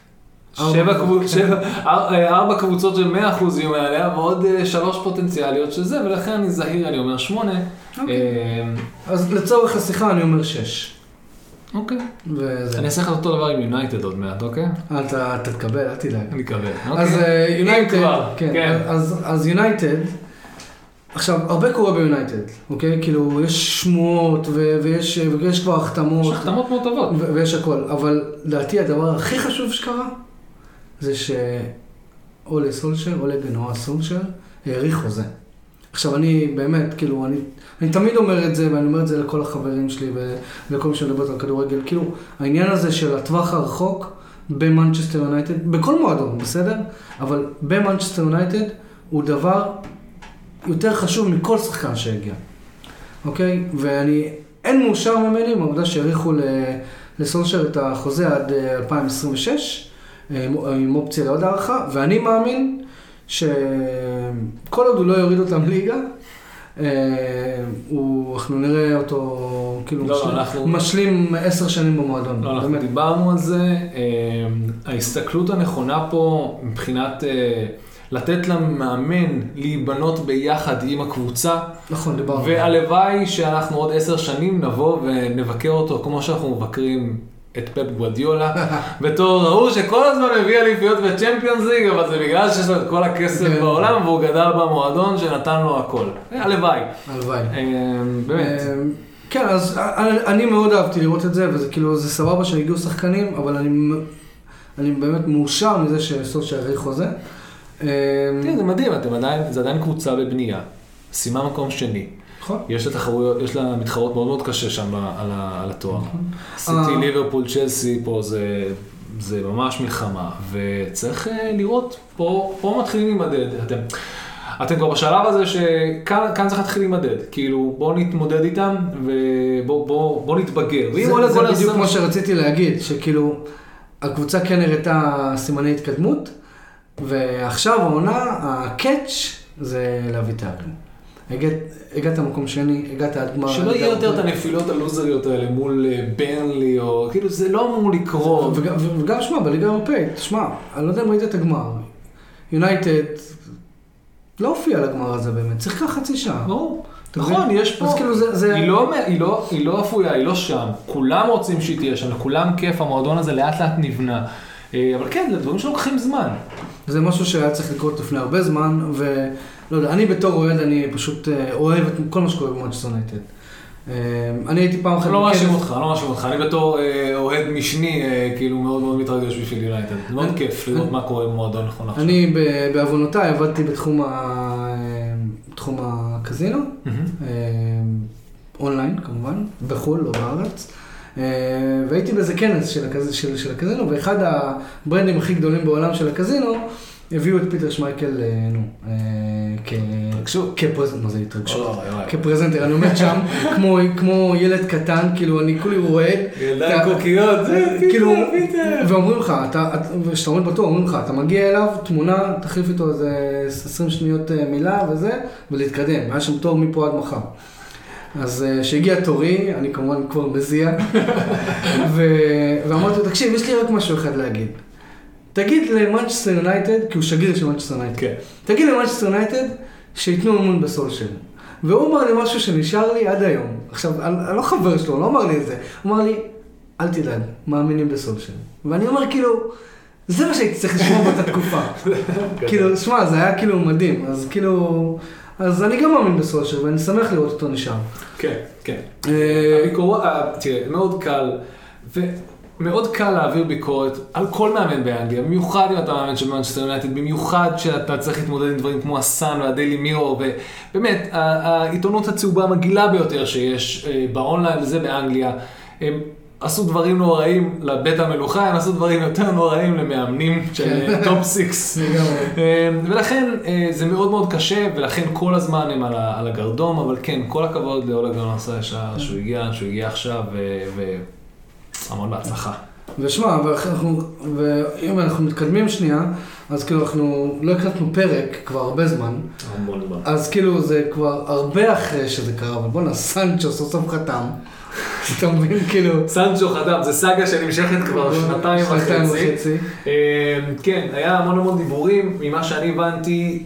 ארבע קבוצות של מאה אחוז יהיו מעליה, ועוד שלוש פוטנציאליות של זה, ולכן אני זהיר, אני אומר שמונה. אז לצורך השיחה אני אומר שש. אוקיי. אני אעשה לך אותו דבר עם יונייטד עוד מעט, אוקיי? אתה תתקבל, אל תדאג. אני אקבל. אז יונייטד, אז יונייטד, עכשיו, הרבה קורה ביונייטד, אוקיי? כאילו, יש שמועות ויש כבר החתמות. יש החתמות מאוד טובות. ויש הכל, אבל לדעתי הדבר הכי חשוב שקרה, זה שאולי סולשר, אולי גנואה סולשר, העריך חוזה. עכשיו אני באמת, כאילו, אני, אני תמיד אומר את זה, ואני אומר את זה לכל החברים שלי ולכל מי שמדבר על כדורגל, כאילו, העניין הזה של הטווח הרחוק במנצ'סטר יונייטד, בכל מועדון, בסדר? אבל במנצ'סטר יונייטד הוא דבר יותר חשוב מכל שחקן שהגיע. אוקיי? ואני, אין מאושר ממני, מהעובדה שהעריכו לסולשר את החוזה עד אלפיים עשרים ושש, עם אופציה לעוד הערכה, ואני מאמין שכל עוד הוא לא יוריד אותם ליגה, אנחנו נראה אותו כאילו משלים עשר שנים במועדון. לא, אנחנו דיברנו על זה, ההסתכלות הנכונה פה מבחינת לתת למאמן להיבנות ביחד עם הקבוצה. נכון, דיברנו. והלוואי שאנחנו עוד עשר שנים נבוא ונבקר אותו כמו שאנחנו מבקרים את פפ גוארדיולה, בתור ראו שכל הזמן מביא אליפויות בצ'מפיונס ליג, אבל זה בגלל שיש לו את כל הכסף בעולם, והוא גדל במועדון שנתן לו הכל. הלוואי. הלוואי. באמת. כן, אז אני מאוד אהבתי לראות את זה, וזה כאילו, זה סבבה שהגיעו שחקנים, אבל אני באמת מאושר מזה שסולשר העריך חוזה. תראה, זה מדהים, זה עדיין קבוצה בבנייה, סיימה מקום שני. יש לה תחרויות, יש לה מתחרות מאוד מאוד קשה שם על התואר. סיטי, ליברפול, צ'לסי, פה זה ממש מלחמה, וצריך לראות, פה מתחילים להימדד. אתם כבר בשלב הזה שכאן צריך להתחיל להימדד, כאילו בואו נתמודד איתם ובואו נתבגר. זה בדיוק כמו שרציתי להגיד, שכאילו הקבוצה כן הראתה סימני התקדמות, ועכשיו העונה, הקאץ' זה להביא תארים. הגעת למקום שני, הגעת עד גמר... שלא יהיה יותר את הנפילות הלוזריות האלה מול ברנלי, או כאילו זה לא אמור לקרות. וגם שמע, בליגה האירופאית, שמע, אני לא יודע אם ראית את הגמר. יונייטד לא הופיע לגמר הזה באמת, צריכה חצי שעה. נכון, יש פה... היא לא אפויה, היא לא שם. כולם רוצים שהיא תהיה שם, לכולם כיף, המועדון הזה לאט לאט נבנה. אבל כן, זה דברים שלוקחים זמן. זה משהו שהיה צריך לקרות לפני הרבה זמן, לא יודע, אני בתור אוהד, אני פשוט אוהב את כל מה שקורה במנצ'סטר יונייטד. אני הייתי פעם אחת... לא מאשים אותך, לא מאשים אותך. אני בתור אוהד משני, כאילו מאוד מאוד מתרגש בשביל יונייטד. זה מאוד כיף לראות מה קורה במועדון נכון עכשיו. אני בעוונותיי עבדתי בתחום הקזינו, אונליין כמובן, בחול, לא בארץ. והייתי באיזה כנס של הקזינו, ואחד הברנדים הכי גדולים בעולם של הקזינו, הביאו את פיטר שמייקל, נו, כפרזנטר, מה זה התרגשות? כפרזנטר, אני עומד שם כמו ילד קטן, כאילו אני כולי רועד. ילדיים קוקיות, כאילו, ואומרים לך, כשאתה עומד בתור, אומרים לך, אתה מגיע אליו, תמונה, תחליף איתו איזה עשרים שניות מילה וזה, ולהתקדם, היה שם תור מפה עד מחר. אז שהגיע תורי, אני כמובן כבר מזיע, ואמרתי לו, תקשיב, יש לי רק משהו אחד להגיד. תגיד למנצ'סטר יונייטד, כי הוא שגריר של מנצ'סטר יונייטד, תגיד למנצ'סטר יונייטד שיתנו אמון בסולשר. והוא אמר לי משהו שנשאר לי עד היום. עכשיו, אני לא חבר שלו, הוא לא אמר לי את זה. הוא אמר לי, אל תדאג, מאמינים בסולשר. ואני אומר, כאילו, זה מה שהייתי צריך לשמוע באותה תקופה. כאילו, שמע, זה היה כאילו מדהים. אז כאילו, אז אני גם מאמין בסולשר, ואני שמח לראות אותו נשאר. כן, כן. תראה, מאוד קל, מאוד קל להעביר ביקורת על כל מאמן באנגליה, במיוחד אם אתה מאמן של מנצ'סטר יונייטד, במיוחד שאתה צריך להתמודד עם דברים כמו הסאן והדיילי מירור, ובאמת, העיתונות הצהובה המגעילה ביותר שיש באונליין וזה באנגליה, הם עשו דברים נוראים לבית המלוכה, הם עשו דברים יותר נוראים למאמנים של טופ סיקס. ולכן זה מאוד מאוד קשה, ולכן כל הזמן הם על הגרדום, אבל כן, כל הכבוד לאולה גונר סולשר, שהוא הגיע, שהוא הגיע עכשיו, המון בהצלחה. ושמע, ואם אנחנו מתקדמים שנייה, אז כאילו אנחנו לא הקלטנו פרק כבר הרבה זמן. המון זמן. אז כאילו זה כבר הרבה אחרי שזה קרה, אבל בוא נה, סנצ'ו סוף סוף חתם. אתה מבין, כאילו... סנצ'ו חתם, זה סאגה שנמשכת כבר שנתיים וחצי. כן, היה המון המון דיבורים, ממה שאני הבנתי,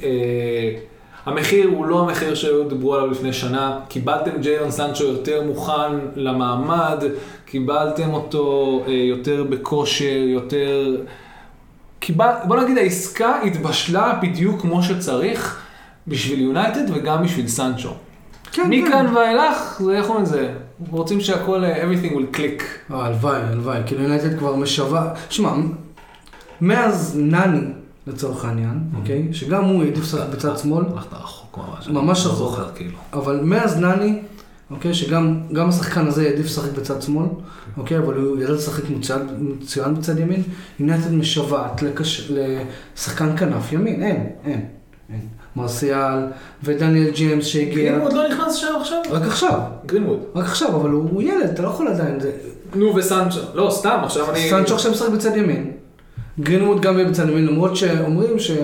המחיר הוא לא המחיר שהיו דיברו עליו לפני שנה, קיבלתם ג'יילון סנצ'ו יותר מוכן למעמד, קיבלתם אותו יותר בכושר, יותר... קיבל... בוא נגיד, העסקה התבשלה בדיוק כמו שצריך בשביל יונייטד וגם בשביל סנצ'ו. כן, מכאן כן. ואילך, זה איך אומרים זה? רוצים שהכל, everything will click. הלוואי, הלוואי, כאילו יונייטד כבר משווה... שמע, מאז נני, לצורך העניין, אוקיי? שגם הוא העדיף לשחק בצד שמאל. הלכת רחוק ממש. ממש רחוק. אבל מאז נני, אוקיי, שגם השחקן הזה העדיף לשחק בצד שמאל, אוקיי, אבל הוא ידע לשחק מצוין בצד ימין, יונייטד משוועת לשחקן כנף ימין, אין, אין, אין. מרסיאל ודניאל ג'יימס שהגיע... גרינווד לא נכנס שם עכשיו? רק עכשיו. גרינווד. רק עכשיו, אבל הוא ילד, אתה לא יכול עדיין. נו וסנצ'ו, לא, סתם, עכשיו אני... סנצ'ו עכשיו משחק בצד ימין. גרינווד גם בצד ימין, למרות שאומרים ש...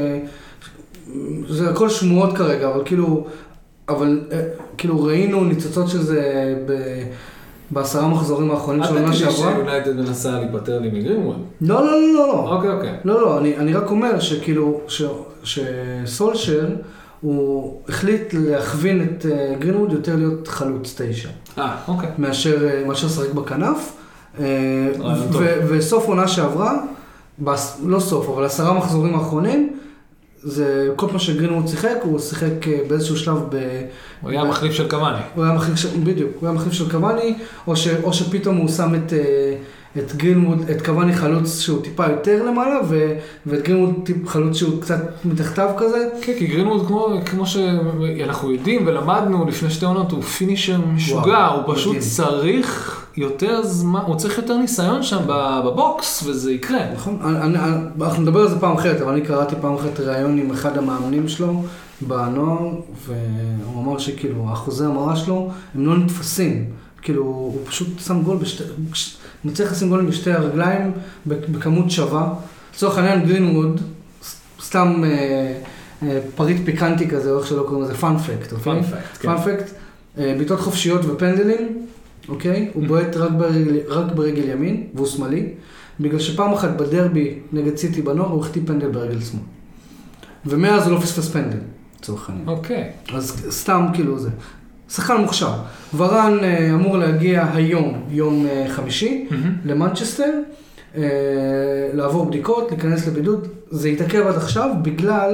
זה הכל שמועות כרגע, אבל כאילו... אבל כאילו ראינו ניצוצות של זה ב... בעשרה מחזורים האחרונים של עונה שעברה. אתה תגיד שיונייטד מנסה להיפטר לי מגרינווד? לא, לא, לא, לא. אוקיי, אוקיי. לא, לא, אני, אני רק אומר שכאילו, ש... שסולשר, הוא החליט להכווין את גרינווד יותר להיות חלוץ תשע. אה, אוקיי. מאשר, מאשר שחק בכנף. ו... וסוף עונה שעברה, לא סוף, אבל עשרה מחזורים האחרונים, זה כל פעם שגרינווד שיחק, הוא שיחק באיזשהו שלב ב... הוא היה מחליף של קוואני. הוא היה מחליף של... בדיוק, הוא היה מחליף של קוואני, או, ש... או שפתאום הוא שם את, את גרינווד, את קוואני חלוץ שהוא טיפה יותר למעלה, ו... ואת גרינווד חלוץ שהוא קצת מתחתיו כזה. כן, כי גרינווד, כמו, כמו שאנחנו יודעים ולמדנו לפני שתי עונות, הוא פינישר משוגע, וואו, הוא פשוט מדהים. צריך... יותר זמן, הוא צריך יותר ניסיון שם בבוקס, וזה יקרה. נכון, אני, אני, אנחנו נדבר על זה פעם אחרת, אבל אני קראתי פעם אחרת ראיון עם אחד המאמנים שלו בנוער, והוא אמר שכאילו, האחוזי המרה שלו, הם לא נתפסים. כאילו, הוא פשוט שם גול בשתי, מצליח לשים גולים בשתי הרגליים, בכמות שווה. לצורך העניין גרינווד, סתם אה, אה, פריט פיקנטי כזה, או איך שלא קוראים לזה, פאנפקט, אוקיי? פאנפקט, כן. פאנפקט, אה, בעיטות חופשיות ופנדלים, אוקיי? הוא בועט רק ברגל, רק ברגל ימין, והוא שמאלי, בגלל שפעם אחת בדרבי נגד סיטי בנוער, הוא החטיא פנדל ברגל שמאל. ומאז הוא לא פספס פנדל, לצורך העניין. אוקיי. אז סתם כאילו זה. שחקן מוכשר. ורן אמור להגיע היום, יום חמישי, למנצ'סטר, לעבור בדיקות, להיכנס לבידוד. זה יתעכב עד עכשיו בגלל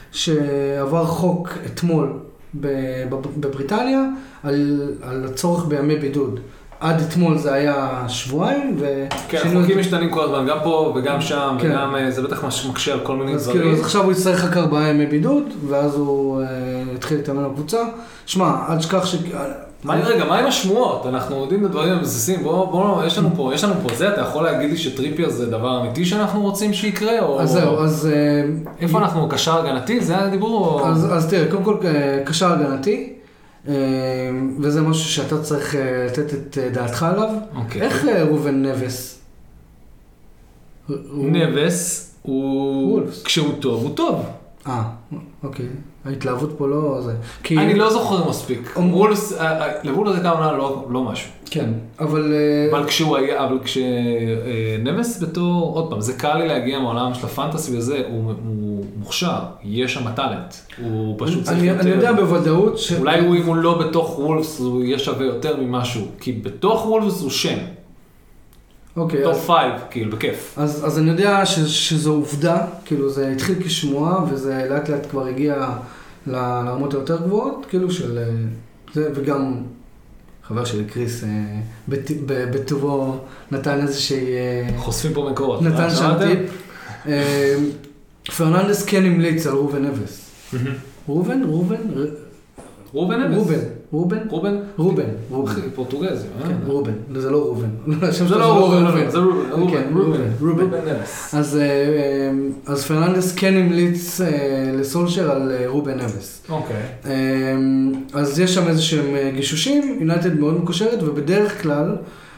שעבר חוק אתמול בבריטניה על, על הצורך בימי בידוד. עד אתמול זה היה שבועיים, ו... כן, החוקים משתנים כל הזמן, גם פה וגם שם, כן. וגם זה בטח מקשה על כל מיני אז דברים. כאילו, אז עכשיו הוא יצטרך רק ארבעה ימי בידוד, ואז הוא התחיל להתאמן בקבוצה. שמע, עד שכח ש... מה, רגע, מה עם השמועות? אנחנו יודעים את הדברים המבססים, בוא, בוא, יש לנו פה, יש לנו פה זה, אתה יכול להגיד לי שטריפייר זה דבר אמיתי שאנחנו רוצים שיקרה, או... אז זהו, אז... איפה אנחנו, קשר הגנתי? זה הדיבור או... אז, אז תראה, קודם כל, קשר הגנתי, וזה משהו שאתה צריך לתת את דעתך עליו. אוקיי. איך ראובן נבס? נבס הוא... כשהוא טוב, הוא טוב. אה, אוקיי. ההתלהבות פה לא זה. אני לא זוכר מספיק. וולס, לוולס הייתה עונה לא משהו. כן, אבל... אבל כשהוא היה, אבל כשנבס בתור, עוד פעם, זה קל לי להגיע מהעולם של הפנטסי וזה, הוא מוכשר, יש שם טלנט. הוא פשוט צריך יותר... אני יודע בוודאות ש... אולי הוא, אם הוא לא בתוך וולס, הוא יהיה שווה יותר ממשהו, כי בתוך וולס הוא שם. אוקיי. טופ פייב, כאילו, בכיף. אז, אז אני יודע ש, שזו עובדה, כאילו זה התחיל כשמועה, וזה לאט לאט כבר הגיע לרמות היותר גבוהות, כאילו של זה, וגם חבר שלי קריס, בת, בטובו נתן איזושהי... חושפים פה מקורות. נתן שם טיפ. פרננדס כן המליץ על ראובן נבס. ראובן? ראובן? ראובן נבס? ראובן. ראובן? ראובן? ראובן. ראובן. פורטוגזי. כן, ראובן. זה לא ראובן. זה לא ראובן. זה ראובן. ראובן נבס. אז פרננדס כן המליץ לסולשר על ראובן נבס. אוקיי. אז יש שם איזה שהם גישושים, יונייטד מאוד מקושרת, ובדרך כלל,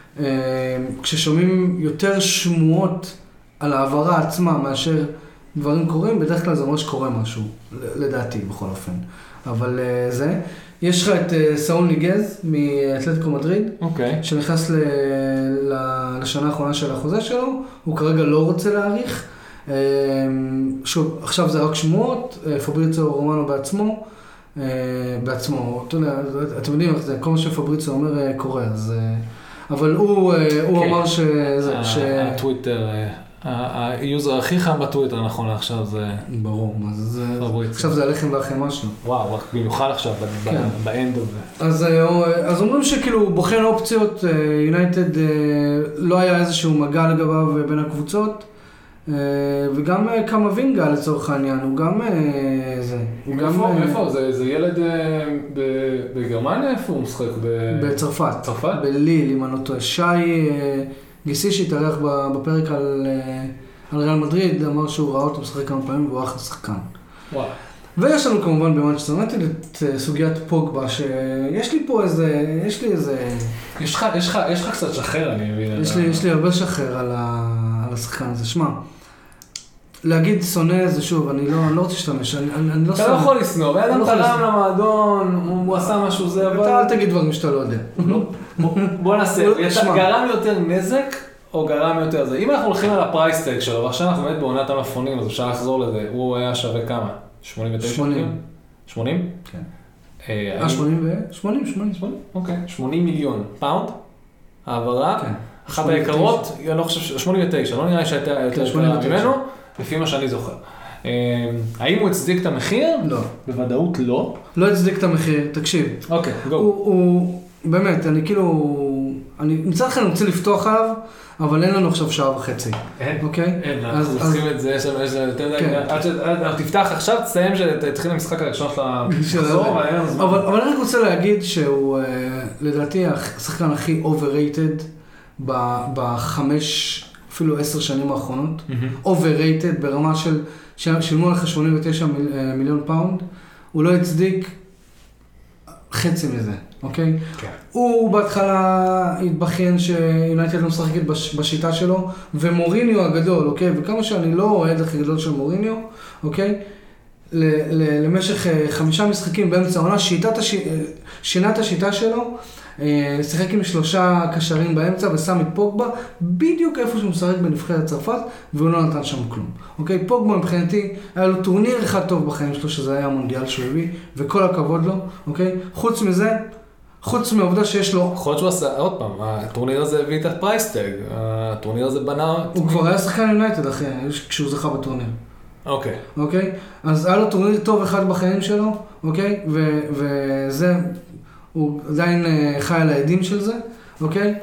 כששומעים יותר שמועות על העברה עצמה מאשר דברים קורים, בדרך כלל זה ממש קורה משהו, לדעתי בכל אופן. אבל uh, זה, יש לך את uh, סאול ניגז מאתלטיקו מדריד, okay. שנכנס ל, ל, לשנה האחרונה של החוזה שלו, הוא כרגע לא רוצה להאריך, uh, שוב, עכשיו זה רק שמועות, uh, פבריצו רומנו בעצמו, uh, בעצמו, אתה יודע, אתם יודעים איך זה, כל מה שפבריצו אומר uh, קורה, אז, uh, אבל הוא, uh, הוא okay. אמר שזה, ש... הטוויטר... היוזר הכי חם בטוויטר נכון לעכשיו זה... ברור, עכשיו זה הלחם והחמה שלו. וואו, במיוחד עכשיו, באנד הזה. אז אומרים שכאילו בוחן אופציות, יונייטד לא היה איזשהו מגע לגביו בין הקבוצות, וגם כמה וינגה לצורך העניין, הוא גם זה. איפה? זה ילד בגרמניה? איפה הוא משחק? בצרפת. צרפת? בליל, אם אני לא טועה. שי... גיסי שהתארח בפרק על, על ריאל מדריד, אמר שהוא ראה אותו משחק כמה פעמים והוא אחלה שחקן. וואו. ויש לנו כמובן במנצ'סטר יונייטד את סוגיית פוגבה, שיש לי פה איזה, יש לי איזה... יש לך, יש לך, יש לך קצת שחרר, אני מבין. יש לי, יש לי הרבה שחרר על, ה, על השחקן הזה. שמע, להגיד שונא זה שוב, אני לא, אני לא רוצה להשתמש, אני, אני לא שונא. אתה לא יכול לסנוע, ואדם תרם למועדון, הוא עשה משהו זה, אבל... אתה אל תגיד דברים שאתה לא יודע. בוא נעשה, גרם יותר נזק או גרם יותר זה? אם אנחנו הולכים על הפרייסטייק שלו, ועכשיו אנחנו באמת בעונת המלפונים, אז אפשר לחזור לזה, הוא היה שווה כמה? שמונים ותשע? שמונים. שמונים? כן. אה, שמונים ו... שמונים, שמונים. אוקיי, שמונים מיליון פאונד, העברה, אחת היקרות, אני לא חושב, שמונים ותשע, לא נראה לי שהייתה יותר יקרה ממנו, לפי מה שאני זוכר. האם הוא הצדיק את המחיר? לא. בוודאות לא. לא הצדיק את המחיר, תקשיב. אוקיי, גו. הוא... באמת, אני כאילו, אני מצד לכם רוצה לפתוח עליו, אבל אין לנו עכשיו שעה וחצי. אין, אוקיי? אין, אנחנו צריכים את זה, יש לנו יותר די, עד תפתח עכשיו, תסיים שתתחיל המשחק הראשון של החזור, אבל אני רק רוצה להגיד שהוא, לדעתי, השחקן הכי overrated בחמש, אפילו עשר שנים האחרונות. overrated ברמה של, שילמו לך שמונים ותשע מיליון פאונד, הוא לא הצדיק חצי מזה. אוקיי? כן. הוא בהתחלה התבחין שיונייטד לא משחקת בשיטה שלו, ומוריניו הגדול, אוקיי? וכמה שאני לא אוהד הכי גדול של מוריניו, אוקיי? למשך חמישה משחקים באמצע העונה, שינה את השיטה שלו, שיחק עם שלושה קשרים באמצע ושם את פוגבה בדיוק איפה שהוא משחק בנבחרת צרפת, והוא לא נתן שם כלום. אוקיי? פוגבה מבחינתי, היה לו טורניר אחד טוב בחיים שלו, שזה היה המונדיאל שהוא הביא, וכל הכבוד לו, אוקיי? חוץ מזה, חוץ מהעובדה שיש לו... חוץ שהוא עשה, עוד פעם, הטורניר הזה הביא את הפרייסטג, הטורניר הזה בנה... הוא כבר היה שחקן יונייטד אחרי, כשהוא זכה בטורניר. אוקיי. אוקיי? אז היה לו טורניר טוב אחד בחיים שלו, אוקיי? ו- וזה, הוא עדיין חי על העדים של זה, אוקיי?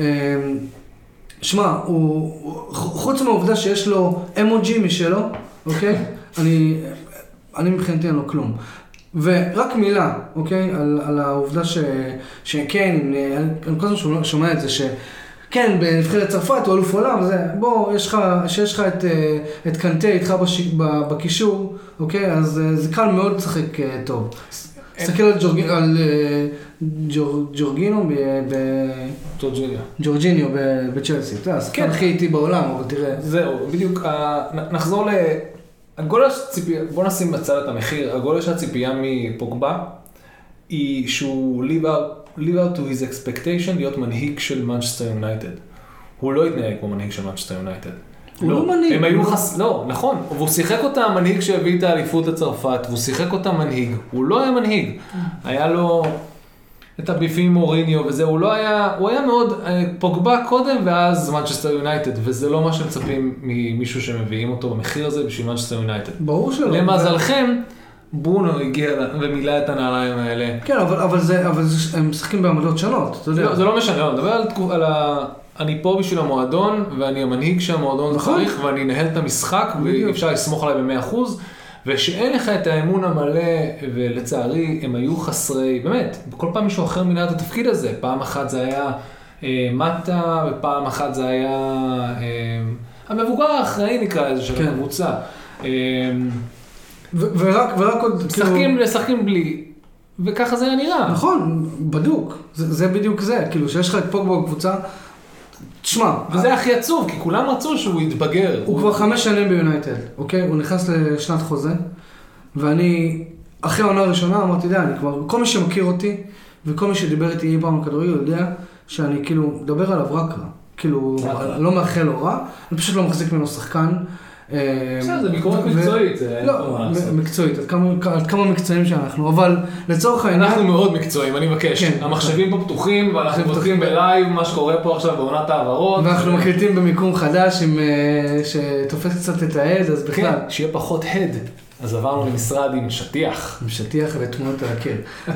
שמע, הוא, חוץ מהעובדה שיש לו אמוג'י משלו, אוקיי? אני, אני מבחינתי אין לו כלום. ורק מילה, אוקיי? על, על העובדה ש, שכן, אני, אני כל הזמן שומע את זה, ש... כן, בנבחרת צרפת הוא אלוף עולם, זה, בוא, יש לך, שיש לך את, את קנטה איתך בש, בקישור, אוקיי? אז זה קל מאוד לשחק טוב. תסתכל על, ג'ורג, על ג'ור, ג'ורגינו ב... ג'ורג'יניו. ג'ורג'יניו בצ'לסי. אתה שחקן הכי איטי בעולם, אבל תראה. זהו, בדיוק, נחזור ל... הגול הציפייה, בוא נשים בצד את המחיר, הגול שהציפייה מפוגבה היא שהוא live out, live out to his expectation להיות מנהיג של מנצ'סטר יונייטד. הוא לא התנהג כמו מנהיג של מנצ'סטר יונייטד. הוא לא מנהיג. הם היו חס... לא, נכון. והוא שיחק אותה מנהיג שהביא את האליפות לצרפת, והוא שיחק אותה מנהיג. הוא לא היה מנהיג. היה לו את הביפים מוריניו וזה, הוא לא היה, הוא היה מאוד פוגבה קודם ואז מנצ'סטר יונייטד, וזה לא מה שמצפים ממישהו שמביאים אותו במחיר הזה בשביל מנצ'סטר יונייטד. ברור שלא. למזלכם, ברונו הגיע ומילא את הנעליים האלה. כן, אבל, אבל, זה, אבל זה, הם משחקים בעמדות שונות, אתה יודע. לא, זה לא משנה, לא, נדבר על, על ה... אני פה בשביל המועדון, ואני המנהיג שהמועדון צריך, ואני אנהל את המשחק, ואפשר לסמוך עליי ב-מאה אחוז, ושאין לך את האמון המלא, ולצערי הם היו חסרי, באמת, בכל פעם מישהו אחר מילא את התפקיד הזה, פעם אחת זה היה אה, מטה, ופעם אחת זה היה אה, המבוגר האחראי נקרא לזה של כן. הקבוצה. אה, ו- ורק, ורק עוד... משחקים, לשחקים בלי, וככה זה היה נראה. נכון, בדוק, זה, זה בדיוק זה, כאילו שיש לך את פוגבה בקבוצה, תשמע. וזה הכי עצוב, כי כולם רצו שהוא יתבגר. הוא, הוא כבר חמש שנים ביונייטד, אוקיי? הוא נכנס לשנת חוזה, ואני, אחרי העונה הראשונה, אמרתי, די, אני כבר, כל מי שמכיר אותי, וכל מי שדיבר איתי אי פעם על כדורגל, יודע שאני כאילו, מדבר עליו רק רע. כאילו, לא מאחל לו רע, אני פשוט לא מחזיק ממנו שחקן. בסדר, זה ביקורת מקצועית. לא, מקצועית, עד כמה מקצועיים שאנחנו, אבל לצורך העניין... אנחנו מאוד מקצועיים, אני מבקש. המחשבים פה פתוחים, ואנחנו פותחים בלייב מה שקורה פה עכשיו בעונת העברות. ואנחנו מקליטים במיקום חדש שתופס קצת את העד, אז בכלל... שיהיה פחות הד. אז עברנו למשרד עם שטיח. עם שטיח ותמונות על הקיר.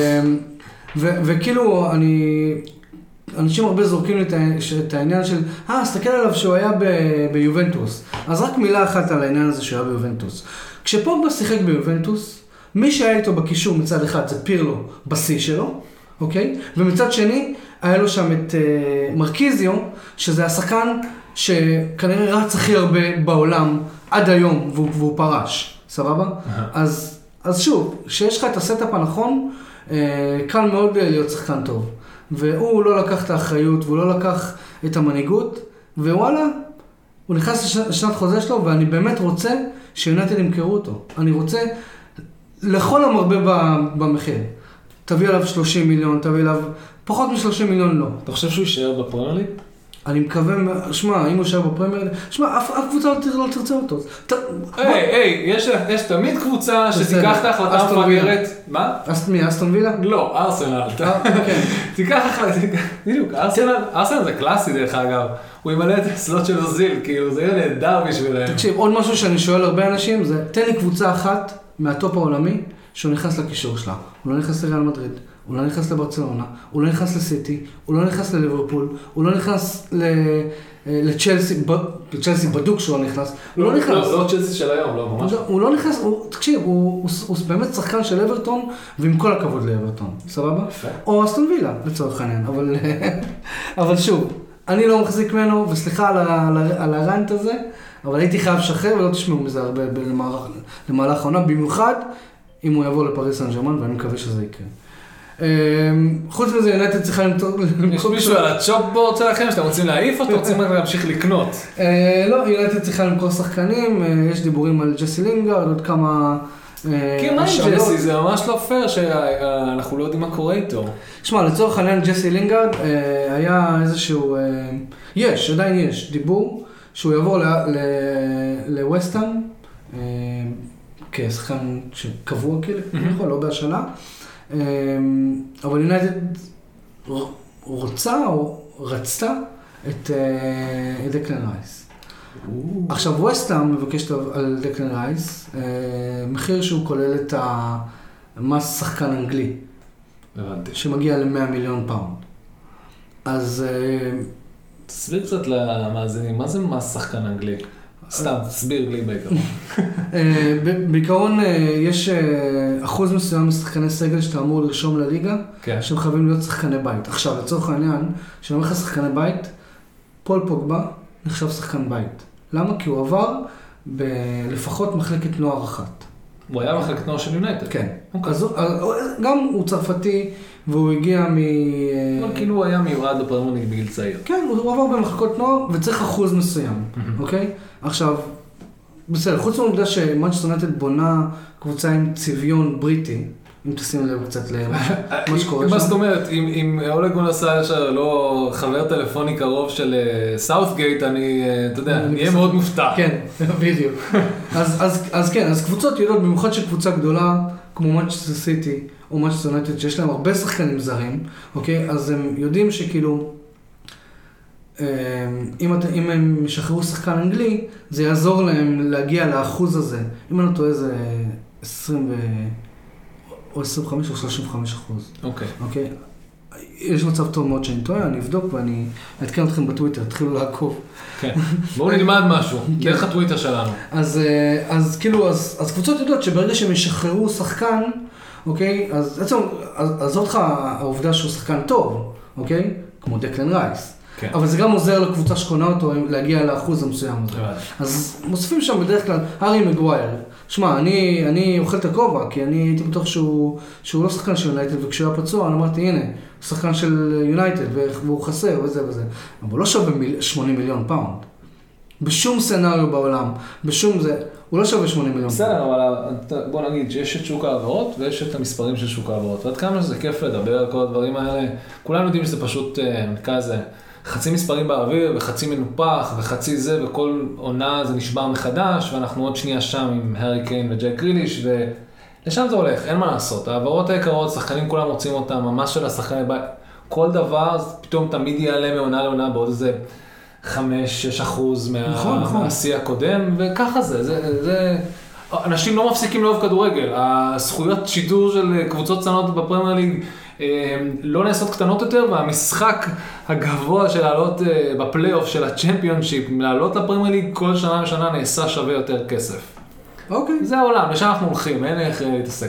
וכאילו, אני... אנשים הרבה זורקים לי את העניין של, אה, סתכל עליו שהוא היה ביובנטוס. אז רק מילה אחת על העניין הזה שהוא היה ביובנטוס. כשפוגבה שיחק ביובנטוס, מי שהיה איתו בקישור מצד אחד זה פירלו בשיא שלו, אוקיי? ומצד שני, היה לו שם את uh, מרקיזיו, שזה השחקן שכנראה רץ הכי הרבה בעולם עד היום, והוא, והוא פרש, סבבה? אז, אז שוב, כשיש לך את הסטאפ הנכון, uh, קל מאוד להיות שחקן טוב. והוא לא לקח את האחריות, והוא לא לקח את המנהיגות, ווואלה, הוא נכנס לשנת חוזה שלו, ואני באמת רוצה שיונייטד ימכרו אותו. אני רוצה לכל המרבה במחיר. תביא עליו שלושים מיליון, תביא עליו פחות מ-שלושים מיליון לא. אתה חושב שהוא יישאר בפרמייר ליג? אני מקווה, שמע, אם הוא יישאר בפרמייר ליג, שמע, אף קבוצה לא תרצה אותו. היי, היי, יש תמיד קבוצה שתיקח את ההחלטה המפגרת. מה? מי, אסטון וילה? לא, ארסנל. תיקח החלטה, בדיוק, ארסנל זה קלאסי דרך אגב. הוא ימלא את הסלוט של אוזיל, כאילו זה יהיה נהדר בשבילם. תקשיב, עוד משהו שאני שואל הרבה אנשים, זה תן לי קבוצה אחת מהטופ העולמי שהוא נכנס לקישור שלה. הוא לא נכנס לריאל מדריד. הוא לא נכנס לברצלונה, הוא לא נכנס לסיטי, הוא לא נכנס לליברפול, הוא לא נכנס לצ'לסי, לצ'לסי בדוק שהוא לא נכנס, הוא לא נכנס. לא, לא צ'לסי של היום, לא, ממש. הוא לא נכנס, תקשיב, הוא באמת שחקן של אברטון, ועם כל הכבוד לאברטון, סבבה? או אסטון וילה, לצורך העניין, אבל שוב, אני לא מחזיק ממנו, וסליחה על הרנט הזה, אבל הייתי חייב לשחרר, ולא תשמעו מזה הרבה למהלך העונה, במיוחד אם הוא יבוא לפריס סן ז'רמן, ואני מקווה שזה יקרה. חוץ מזה, יונייטד צריכה למצוא... יש מישהו על הצ'ופבורד שלכם שאתם רוצים להעיף או שאתם רוצים להמשיך לקנות? לא, יונייטד צריכה למכור שחקנים, יש דיבורים על ג'סי לינגארד, עוד כמה... כי מה עם ג'סי? זה ממש לא פייר שאנחנו לא יודעים מה קורה איתו. שמע, לצורך העניין ג'סי לינגארד היה איזשהו... יש, עדיין יש, דיבור שהוא יעבור לווסטהאם, כשחקן שקבוע כאילו, לא בהשאלה. אבל יונייטד רוצה או רצתה את דקלן רייס. עכשיו, ווסטהאם מבקשת על דקלן רייס, מחיר שהוא כולל את המס שחקן אנגלי. הבנתי. שמגיע ל-מאה מיליון פאונד. אז... תסביר קצת למאזינים, מה זה מס שחקן אנגלי? סתם, תסביר לי בעיקרון. בעיקרון יש אחוז מסוים משחקני סגל שאתה אמור לרשום לליגה, שהם חייבים להיות שחקני בית. עכשיו, לצורך העניין, כשאני אומר לך שחקני בית, פול פוגבה נחשב שחקן בית. למה? כי הוא עבר בלפחות מחלקת נוער אחת. הוא היה מחלקת נוער של יונייטד? כן. אז גם הוא צרפתי, והוא הגיע מ... כאילו הוא היה מיועד לפרמייר ליג בגיל צעיר. כן, הוא עבר במחלקות נוער, וצריך אחוז מסוים, אוקיי? עכשיו, בסדר, חוץ מהעובדה שמנצ'סטר יונייטד בונה קבוצה עם צביון בריטי, אם תשים לב קצת למה שקורה שם. מה זאת אומרת, אם אולה גונר סולשר לא חבר טלפוני קרוב של סאות'גייט, אני, אתה יודע, אהיה מאוד מופתע. כן, בדיוק. אז כן, אז קבוצות יודעות, במיוחד של קבוצה גדולה, כמו מנצ'סטר סיטי או מנצ'סטר יונייטד, שיש להם הרבה שחקנים זרים, אוקיי? אז הם יודעים שכאילו, אם הם ישחררו שחקן אנגלי, זה יעזור להם להגיע לאחוז הזה. אם אני לא טועה, זה עשרים או עשרים וחמש או שלושים וחמש אחוז. אוקיי. אוקיי? יש מצב טוב מאוד שאני טועה, אני אבדוק ואני אתקן אתכם בטוויטר, תתחילו לעקוב. כן. בואו נלמד משהו, דרך הטוויטר שלנו. אז, אז כאילו, אז, אז קבוצות יודעות שברגע שהם ישחררו שחקן, אוקיי? אז בעצם, עזוב אותך העובדה שהוא שחקן טוב, אוקיי? כמו דקלן רייס. כן. אבל זה גם עוזר לקבוצה שקונה אותו להגיע לאחוז המסוים הזה. אז מוסיפים שם בדרך כלל, הארי מגווייר. שמע, אני, אני אוכל את הכובע, כי אני הייתי בטוח שהוא, שהוא לא שחקן של יונייטד, וכשהוא היה פצוע, אני אמרתי, הנה, הוא שחקן של יונייטד, והוא חסר, וזה וזה. אבל הוא לא שווה שמונים מיליון פאונד. בשום סנריו בעולם, בשום זה, הוא לא שווה שמונים מיליון פאונד. בסדר, אבל בוא נגיד שיש את שוק העברות, ויש את המספרים של שוק העברות. ועד כמה שזה כיף לדבר על כל הדברים האלה, כולנו יודעים שזה פשוט כזה, חצי מספרים באוויר, וחצי מנופח, וחצי זה, וכל עונה זה נשבר מחדש, ואנחנו עוד שנייה שם עם הארי קיין וג'ק גריליש, ולשם זה הולך, אין מה לעשות. העברות היקרות, שחקנים כולם רוצים אותם, ממש של השחקני בית, כל דבר פתאום תמיד יעלה מעונה לעונה בעוד איזה חמש, שש אחוז מהשיא הקודם, וככה זה, זה, זה... אנשים לא מפסיקים לאהוב כדורגל, הזכויות שידור של קבוצות קטנות בפרמייר ליג, לא נעשות קטנות יותר, והמשחק הגבוה של לעלות בפלייאוף של הצ'מפיונשיפ, לעלות לפרמייר ליג כל שנה ושנה נעשה שווה יותר כסף. אוקיי. זה העולם, לשם אנחנו הולכים, אין איך להתעסק.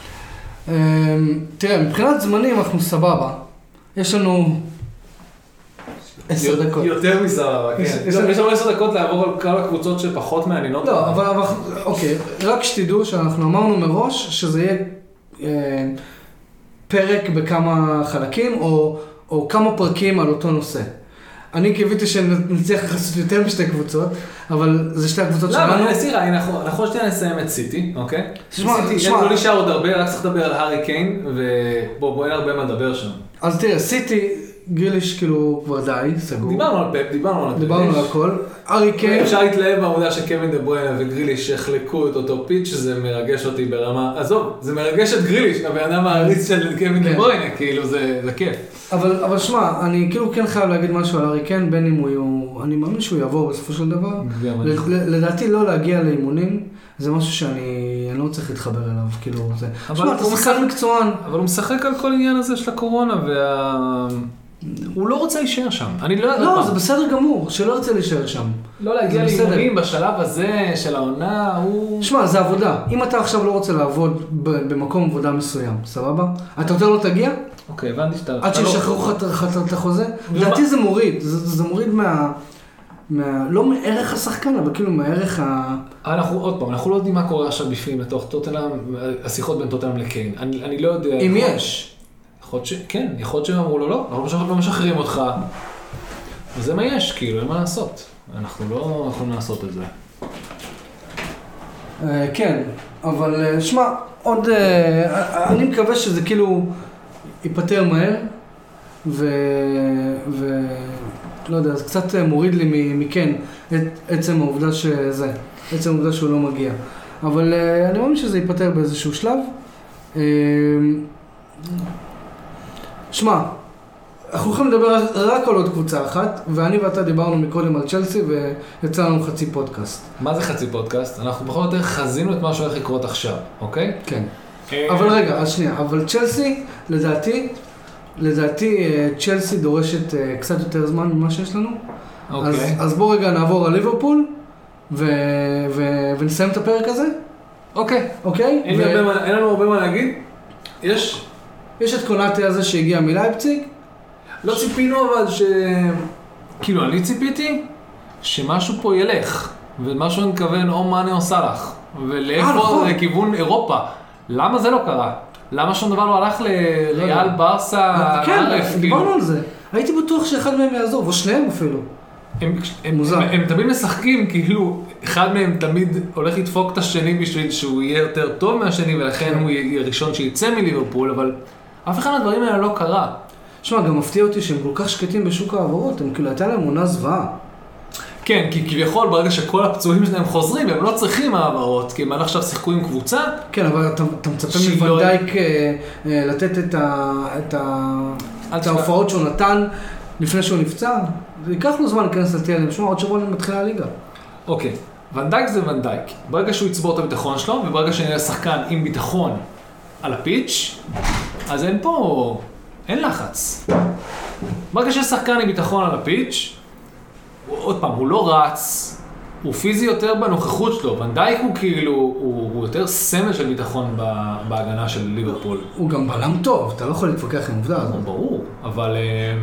תראה, מבחינת זמנים אנחנו סבבה. יש לנו עשר דקות. יותר מסבבה, כן. יש לנו עשר דקות לעבור על כל הקבוצות שפחות מעניינות. לא, אבל אוקיי, רק שתדעו שאנחנו אמרנו מראש שזה יהיה פרק בכמה חלקים, או, או כמה פרקים על אותו נושא. אני קיוויתי שנצליח לחסות יותר משתי קבוצות, אבל זה שתי הקבוצות שלנו. לא, אני אסירה, אנחנו שתיה נסיים את סיטי, אוקיי? תשמע, תשמע. לא נשאר עוד הרבה, רק צריך לדבר על הארי קיין, ובואו אין הרבה מה לדבר שם. אז תראה, סיטי, גריליש כאילו כבר די, סגור. דיברנו על פפ, דיברנו על דיברנו על הכל. הארי קיין... אפשר להתלהב בעבודה שקווין דה ברויינה וגריליש החלקו את אותו פיץ', שזה מרגש אותי ברמה... עזוב, זה מרגש את גריליש, הבן אדם העריץ של קווין דה ברויינה, כאילו זה כיף. אבל, אבל שמע, אני כאילו כן חייב להגיד משהו על הארי קיין, בין אם הוא... אני מאמין שהוא יעבור בסופו של דבר. לדעתי לא להגיע לאימונים, זה משהו שאני לא צריך להתחבר אליו, כאילו זה... שמע, אתה שחקן מקצוען. אבל הוא משחק על כל עניין הזה של הקורונה, וה... הוא לא רוצה להישאר שם. אני לא... לא, זה בסדר גמור, שלא רוצה להישאר שם. לא להגיע לאימונים בשלב הזה של העונה, הוא... שמע, זה עבודה. אם אתה עכשיו לא רוצה לעבוד במקום עבודה מסוים, סבבה? אתה יותר לא תגיע? אוקיי, הבנתי שאתה... עד שישחררו לך את החוזה? לדעתי זה מוריד. זה מוריד מה... לא מערך השחקן, אבל כאילו מערך ה... אנחנו, עוד פעם, אנחנו לא יודעים מה קורה עכשיו בפנים לתוך טוטנהאם, השיחות בין טוטנהאם לקיין. אני לא יודע... אם יש. כן, יכול להיות שהם אמרו לו לא, אנחנו לא משחררים אותך. וזה מה יש, כאילו, אין מה לעשות. אנחנו לא יכולים לעשות את זה. כן, אבל שמע, עוד... אני מקווה שזה כאילו ייפטר מהר, ו... לא יודע, זה קצת מוריד לי מכן את עצם העובדה שזה, עצם העובדה שהוא לא מגיע. אבל אני מאמין שזה ייפטר באיזשהו שלב. שמע, אנחנו יכולים לדבר רק על עוד קבוצה אחת, ואני ואתה דיברנו מקודם על צ'לסי ויצא לנו חצי פודקאסט. מה זה חצי פודקאסט? אנחנו בכל יותר חזינו את מה שהולך לקרות עכשיו, אוקיי? כן. אבל רגע, אז שנייה, אבל צ'לסי, לדעתי, לדעתי צ'לסי דורשת קצת יותר זמן ממה שיש לנו. אוקיי. אז, אז בוא רגע נעבור על ליברפול, ו, ו, ונסיים את הפרק הזה. אוקיי. אוקיי? אין, ו... מה, אין לנו הרבה מה להגיד. יש... יש את קונאטי הזה שהגיע מלייפציג. לא ציפינו אבל ש... כאילו, אני ציפיתי שמשהו פה ילך, ומשהו נתכוון או מאני או סלאח, ולאיפה לכיוון אירופה. למה זה לא קרה? למה שום דבר לא הלך לריאל, ברסה, כן, דיברנו על זה. הייתי בטוח שאחד מהם יעזוב, או שניהם אפילו. הם, הם, הם, הם תמיד משחקים, כאילו, אחד מהם תמיד הולך לדפוק את השני בשביל שהוא יהיה יותר טוב מהשני, ולכן הוא יהיה הראשון שיצא מליברפול, אבל אף אחד מהדברים האלה לא קרה. שמע, גם מפתיע אותי שהם כל כך שקטים בשוק העברות, הם כאילו הייתה להם עונה זוועה. כן, כי כביכול ברגע שכל הפצועים שלהם חוזרים, הם לא צריכים העברות, כי הם עד עכשיו שיחקו עם קבוצה. כן, אבל אתה, אתה מצפה מוונדייק אה, אה, לתת את, ה, את, ה, את ההופעות שהוא נתן לפני שהוא נפצע. זה ייקח לו זמן להיכנס לטיילם, שמע, עוד שבוע מתחילה הליגה. אוקיי, וונדייק זה וונדייק. ברגע שהוא יצבור את הביטחון שלו, וברגע שנהיה שחקן עם ביטחון על הפיץ', אז אין פה, אין לחץ. ברגע שיש שחקן עם ביטחון על הפיץ', עוד פעם, הוא לא רץ, הוא פיזי יותר בנוכחות שלו, וונדייק הוא כאילו, הוא, הוא יותר סמל של ביטחון בהגנה של ליברפול. הוא גם בלם טוב, אתה לא יכול להתווכח עם עובדה הזאת. ברור, אבל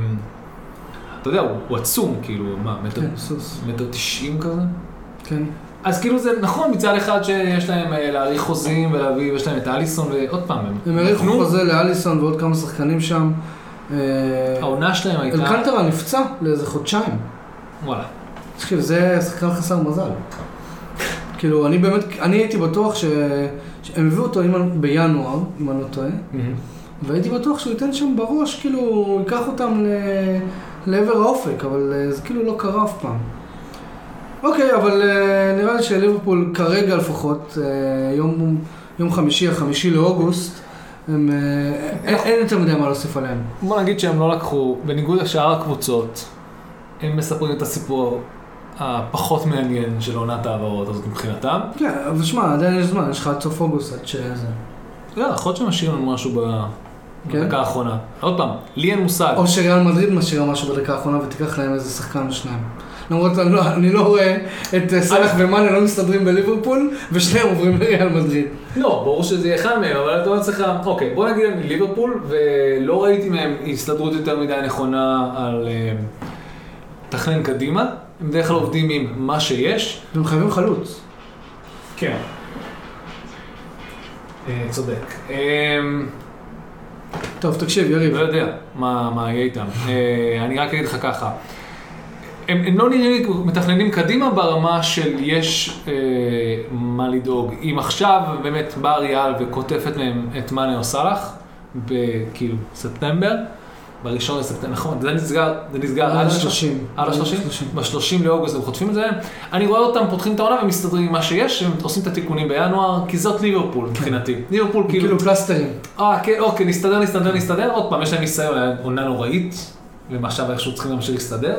אתה יודע, הוא, הוא עצום, כאילו, מה, מטר, כן, סוס. מטר תשעים כזה? כן. אז כאילו זה נכון מצד אחד שיש להם להאריך חוזים ולהביא, יש להם את אליסון ועוד פעם הם... הם האריכו חוזה לאליסון ועוד כמה שחקנים שם. העונה שלהם הייתה... אלקנטרה נפצע לאיזה חודשיים. וואלה. תשכיב, זה שחקן חסר מזל. כאילו, אני באמת, אני הייתי בטוח שהם הביאו אותו בינואר, אם אני לא טועה, והייתי בטוח שהוא ייתן שם בראש, כאילו, הוא ייקח אותם לעבר האופק, אבל זה כאילו לא קרה אף פעם. אוקיי, אבל נראה לי שליברפול כרגע לפחות, יום, יום חמישי, החמישי לאוגוסט, הם, אין יותר מדי מה להוסיף עליהם. בוא נגיד שהם לא לקחו, בניגוד לשאר הקבוצות, הם מספרים את הסיפור הפחות מעניין של עונת העברות הזאת מבחינתם. כן, אבל שמע, עדיין יש זמן, יש לך עד סוף אוגוסט, עד שזה... לא, יכול להיות שמשאיר לנו משהו בדקה האחרונה. עוד פעם, לי אין מושג. או שריאל מדריד משאירה משהו בדקה האחרונה ותיקח להם איזה שחקן או שניים. למרות, אני לא רואה את סלאח ומאנה לא מסתדרים בליברפול, ושניהם עוברים לריאל מדריד. לא, ברור שזה יהיה אחד מהם, אבל אתה אומר צריך... אוקיי, בוא נגיד אני ליברפול, ולא ראיתי מהם הסתדרות יותר מדי נכונה על... תכנן קדימה, הם בדרך כלל עובדים עם מה שיש. והם חייבים חלוץ. כן. צודק. טוב, תקשיב, יריב. לא יודע מה יהיה איתם. אני רק אגיד לך ככה. הם לא נראים לי מתכננים קדימה ברמה של יש מה לדאוג. אם עכשיו באמת בא ריאל וכותפת מהם את מאנה או סלאח, בכאילו ספטמבר, בראשון לספטמבר, נכון, זה נסגר, זה נסגר עד ה-שלושים. עד ה-שלושים? ב-שלושים לאוגוסט הם חוטפים את זה. אני רואה אותם פותחים את העונה ומסתדרים עם מה שיש, הם עושים את התיקונים בינואר, כי זאת ליברפול מבחינתי. ליברפול כאילו... כאילו פלסטרים. אה, כן, אוקיי, נסתדר, נסתדר, נסתדר. עוד פעם, יש להם ניסיון, עונה נוראית, ועכשיו איכשהו צריכים להמשיך להסתדר.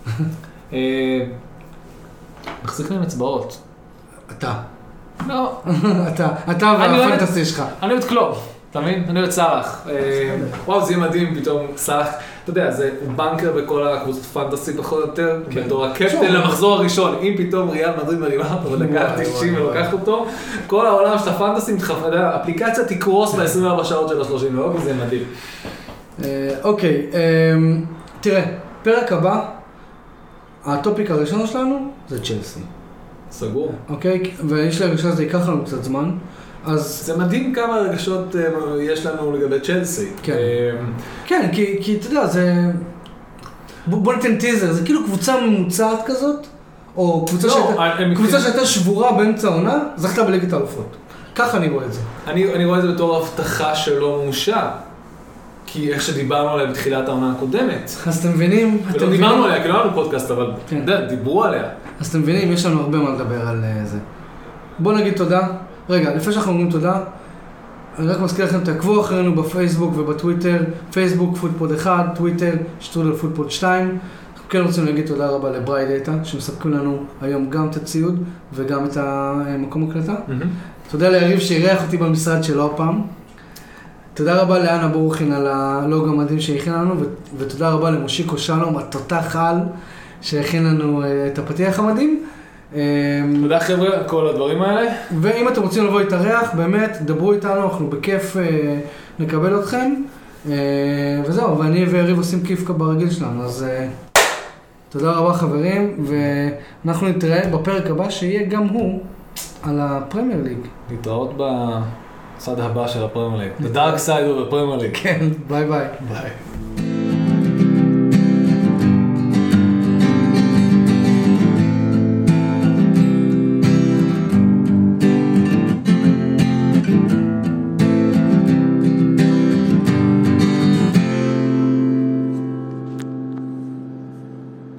מחזיק להם אצבעות. אתה. לא. אתה, אתה והפנטסטי שלך. אני אוהד קלוב. אתה מבין? אני אוהד סלאח. וואו, זה יהיה מדהים פתאום סלאח. אתה יודע, זה בנקר בכל הקבוצות פנטסי פחות או יותר, בתור הקפטן למחזור הראשון. אם פתאום ריאל מדריד מרימה אותו בדקה תשעים ולוקחת אותו, כל העולם של הפנטסי מתחפש, האפליקציה תקרוס ב-עשרים וארבע שעות של ה-שלושים לאוגוסט, זה מדהים. אוקיי, תראה, פרק הבא, הטופיק הראשון שלנו זה צ'לסי. סגור. אוקיי, ויש לי הרגשה שזה ייקח לנו קצת זמן. אז... זה מדהים כמה רגשות יש לנו לגבי צ'לסי. כן, כן, כי, כי אתה יודע, זה... בוא ניתן טיזר, זה כאילו קבוצה ממוצעת כזאת, או קבוצה, לא, שהייתה, קבוצה שהייתה שבורה באמצע העונה, זכתה בליגת האלופות. ככה אני רואה את זה. אני, אני רואה את זה בתור הבטחה שלא מאושר. כי איך שדיברנו עליה בתחילת העונה הקודמת. אז אתם מבינים? ולא דיברנו עליה, כי לא היה לנו פודקאסט, אבל אתה יודע, דיברו עליה. אז אתם מבינים, יש לנו הרבה מה לדבר על זה. בוא נגיד תודה. רגע, לפני שאנחנו אומרים תודה, אני רק מזכיר לכם, תעקבו אחרינו בפייסבוק ובטוויטר, פייסבוק פוטפוד אחד, טוויטר שטרודל פוטפוד שתיים. אנחנו כן רוצים להגיד תודה רבה לבריי דאטה, שמספקים לנו היום גם את הציוד וגם את המקום הקלטה. Mm-hmm. תודה ליריב שאירח אותי במשרד שלו הפעם. תודה רבה לאנה בורחין על הלוגו המדהים שהכין לנו, ותודה רבה למושיקו שלום, התותח על, שהכין לנו את הפתיח המדהים. תודה חבר'ה, כל הדברים האלה. ואם אתם רוצים לבוא להתארח, באמת, דברו איתנו, אנחנו בכיף נקבל אתכם. וזהו, ואני ויריב עושים כיף ברגיל שלנו, אז תודה רבה חברים, ואנחנו נתראה בפרק הבא שיהיה גם הוא על הפרמייר ליג. נתראות בצד הבא של הפרמייר ליג. The dark side of the Premier League. כן, ביי ביי. ביי.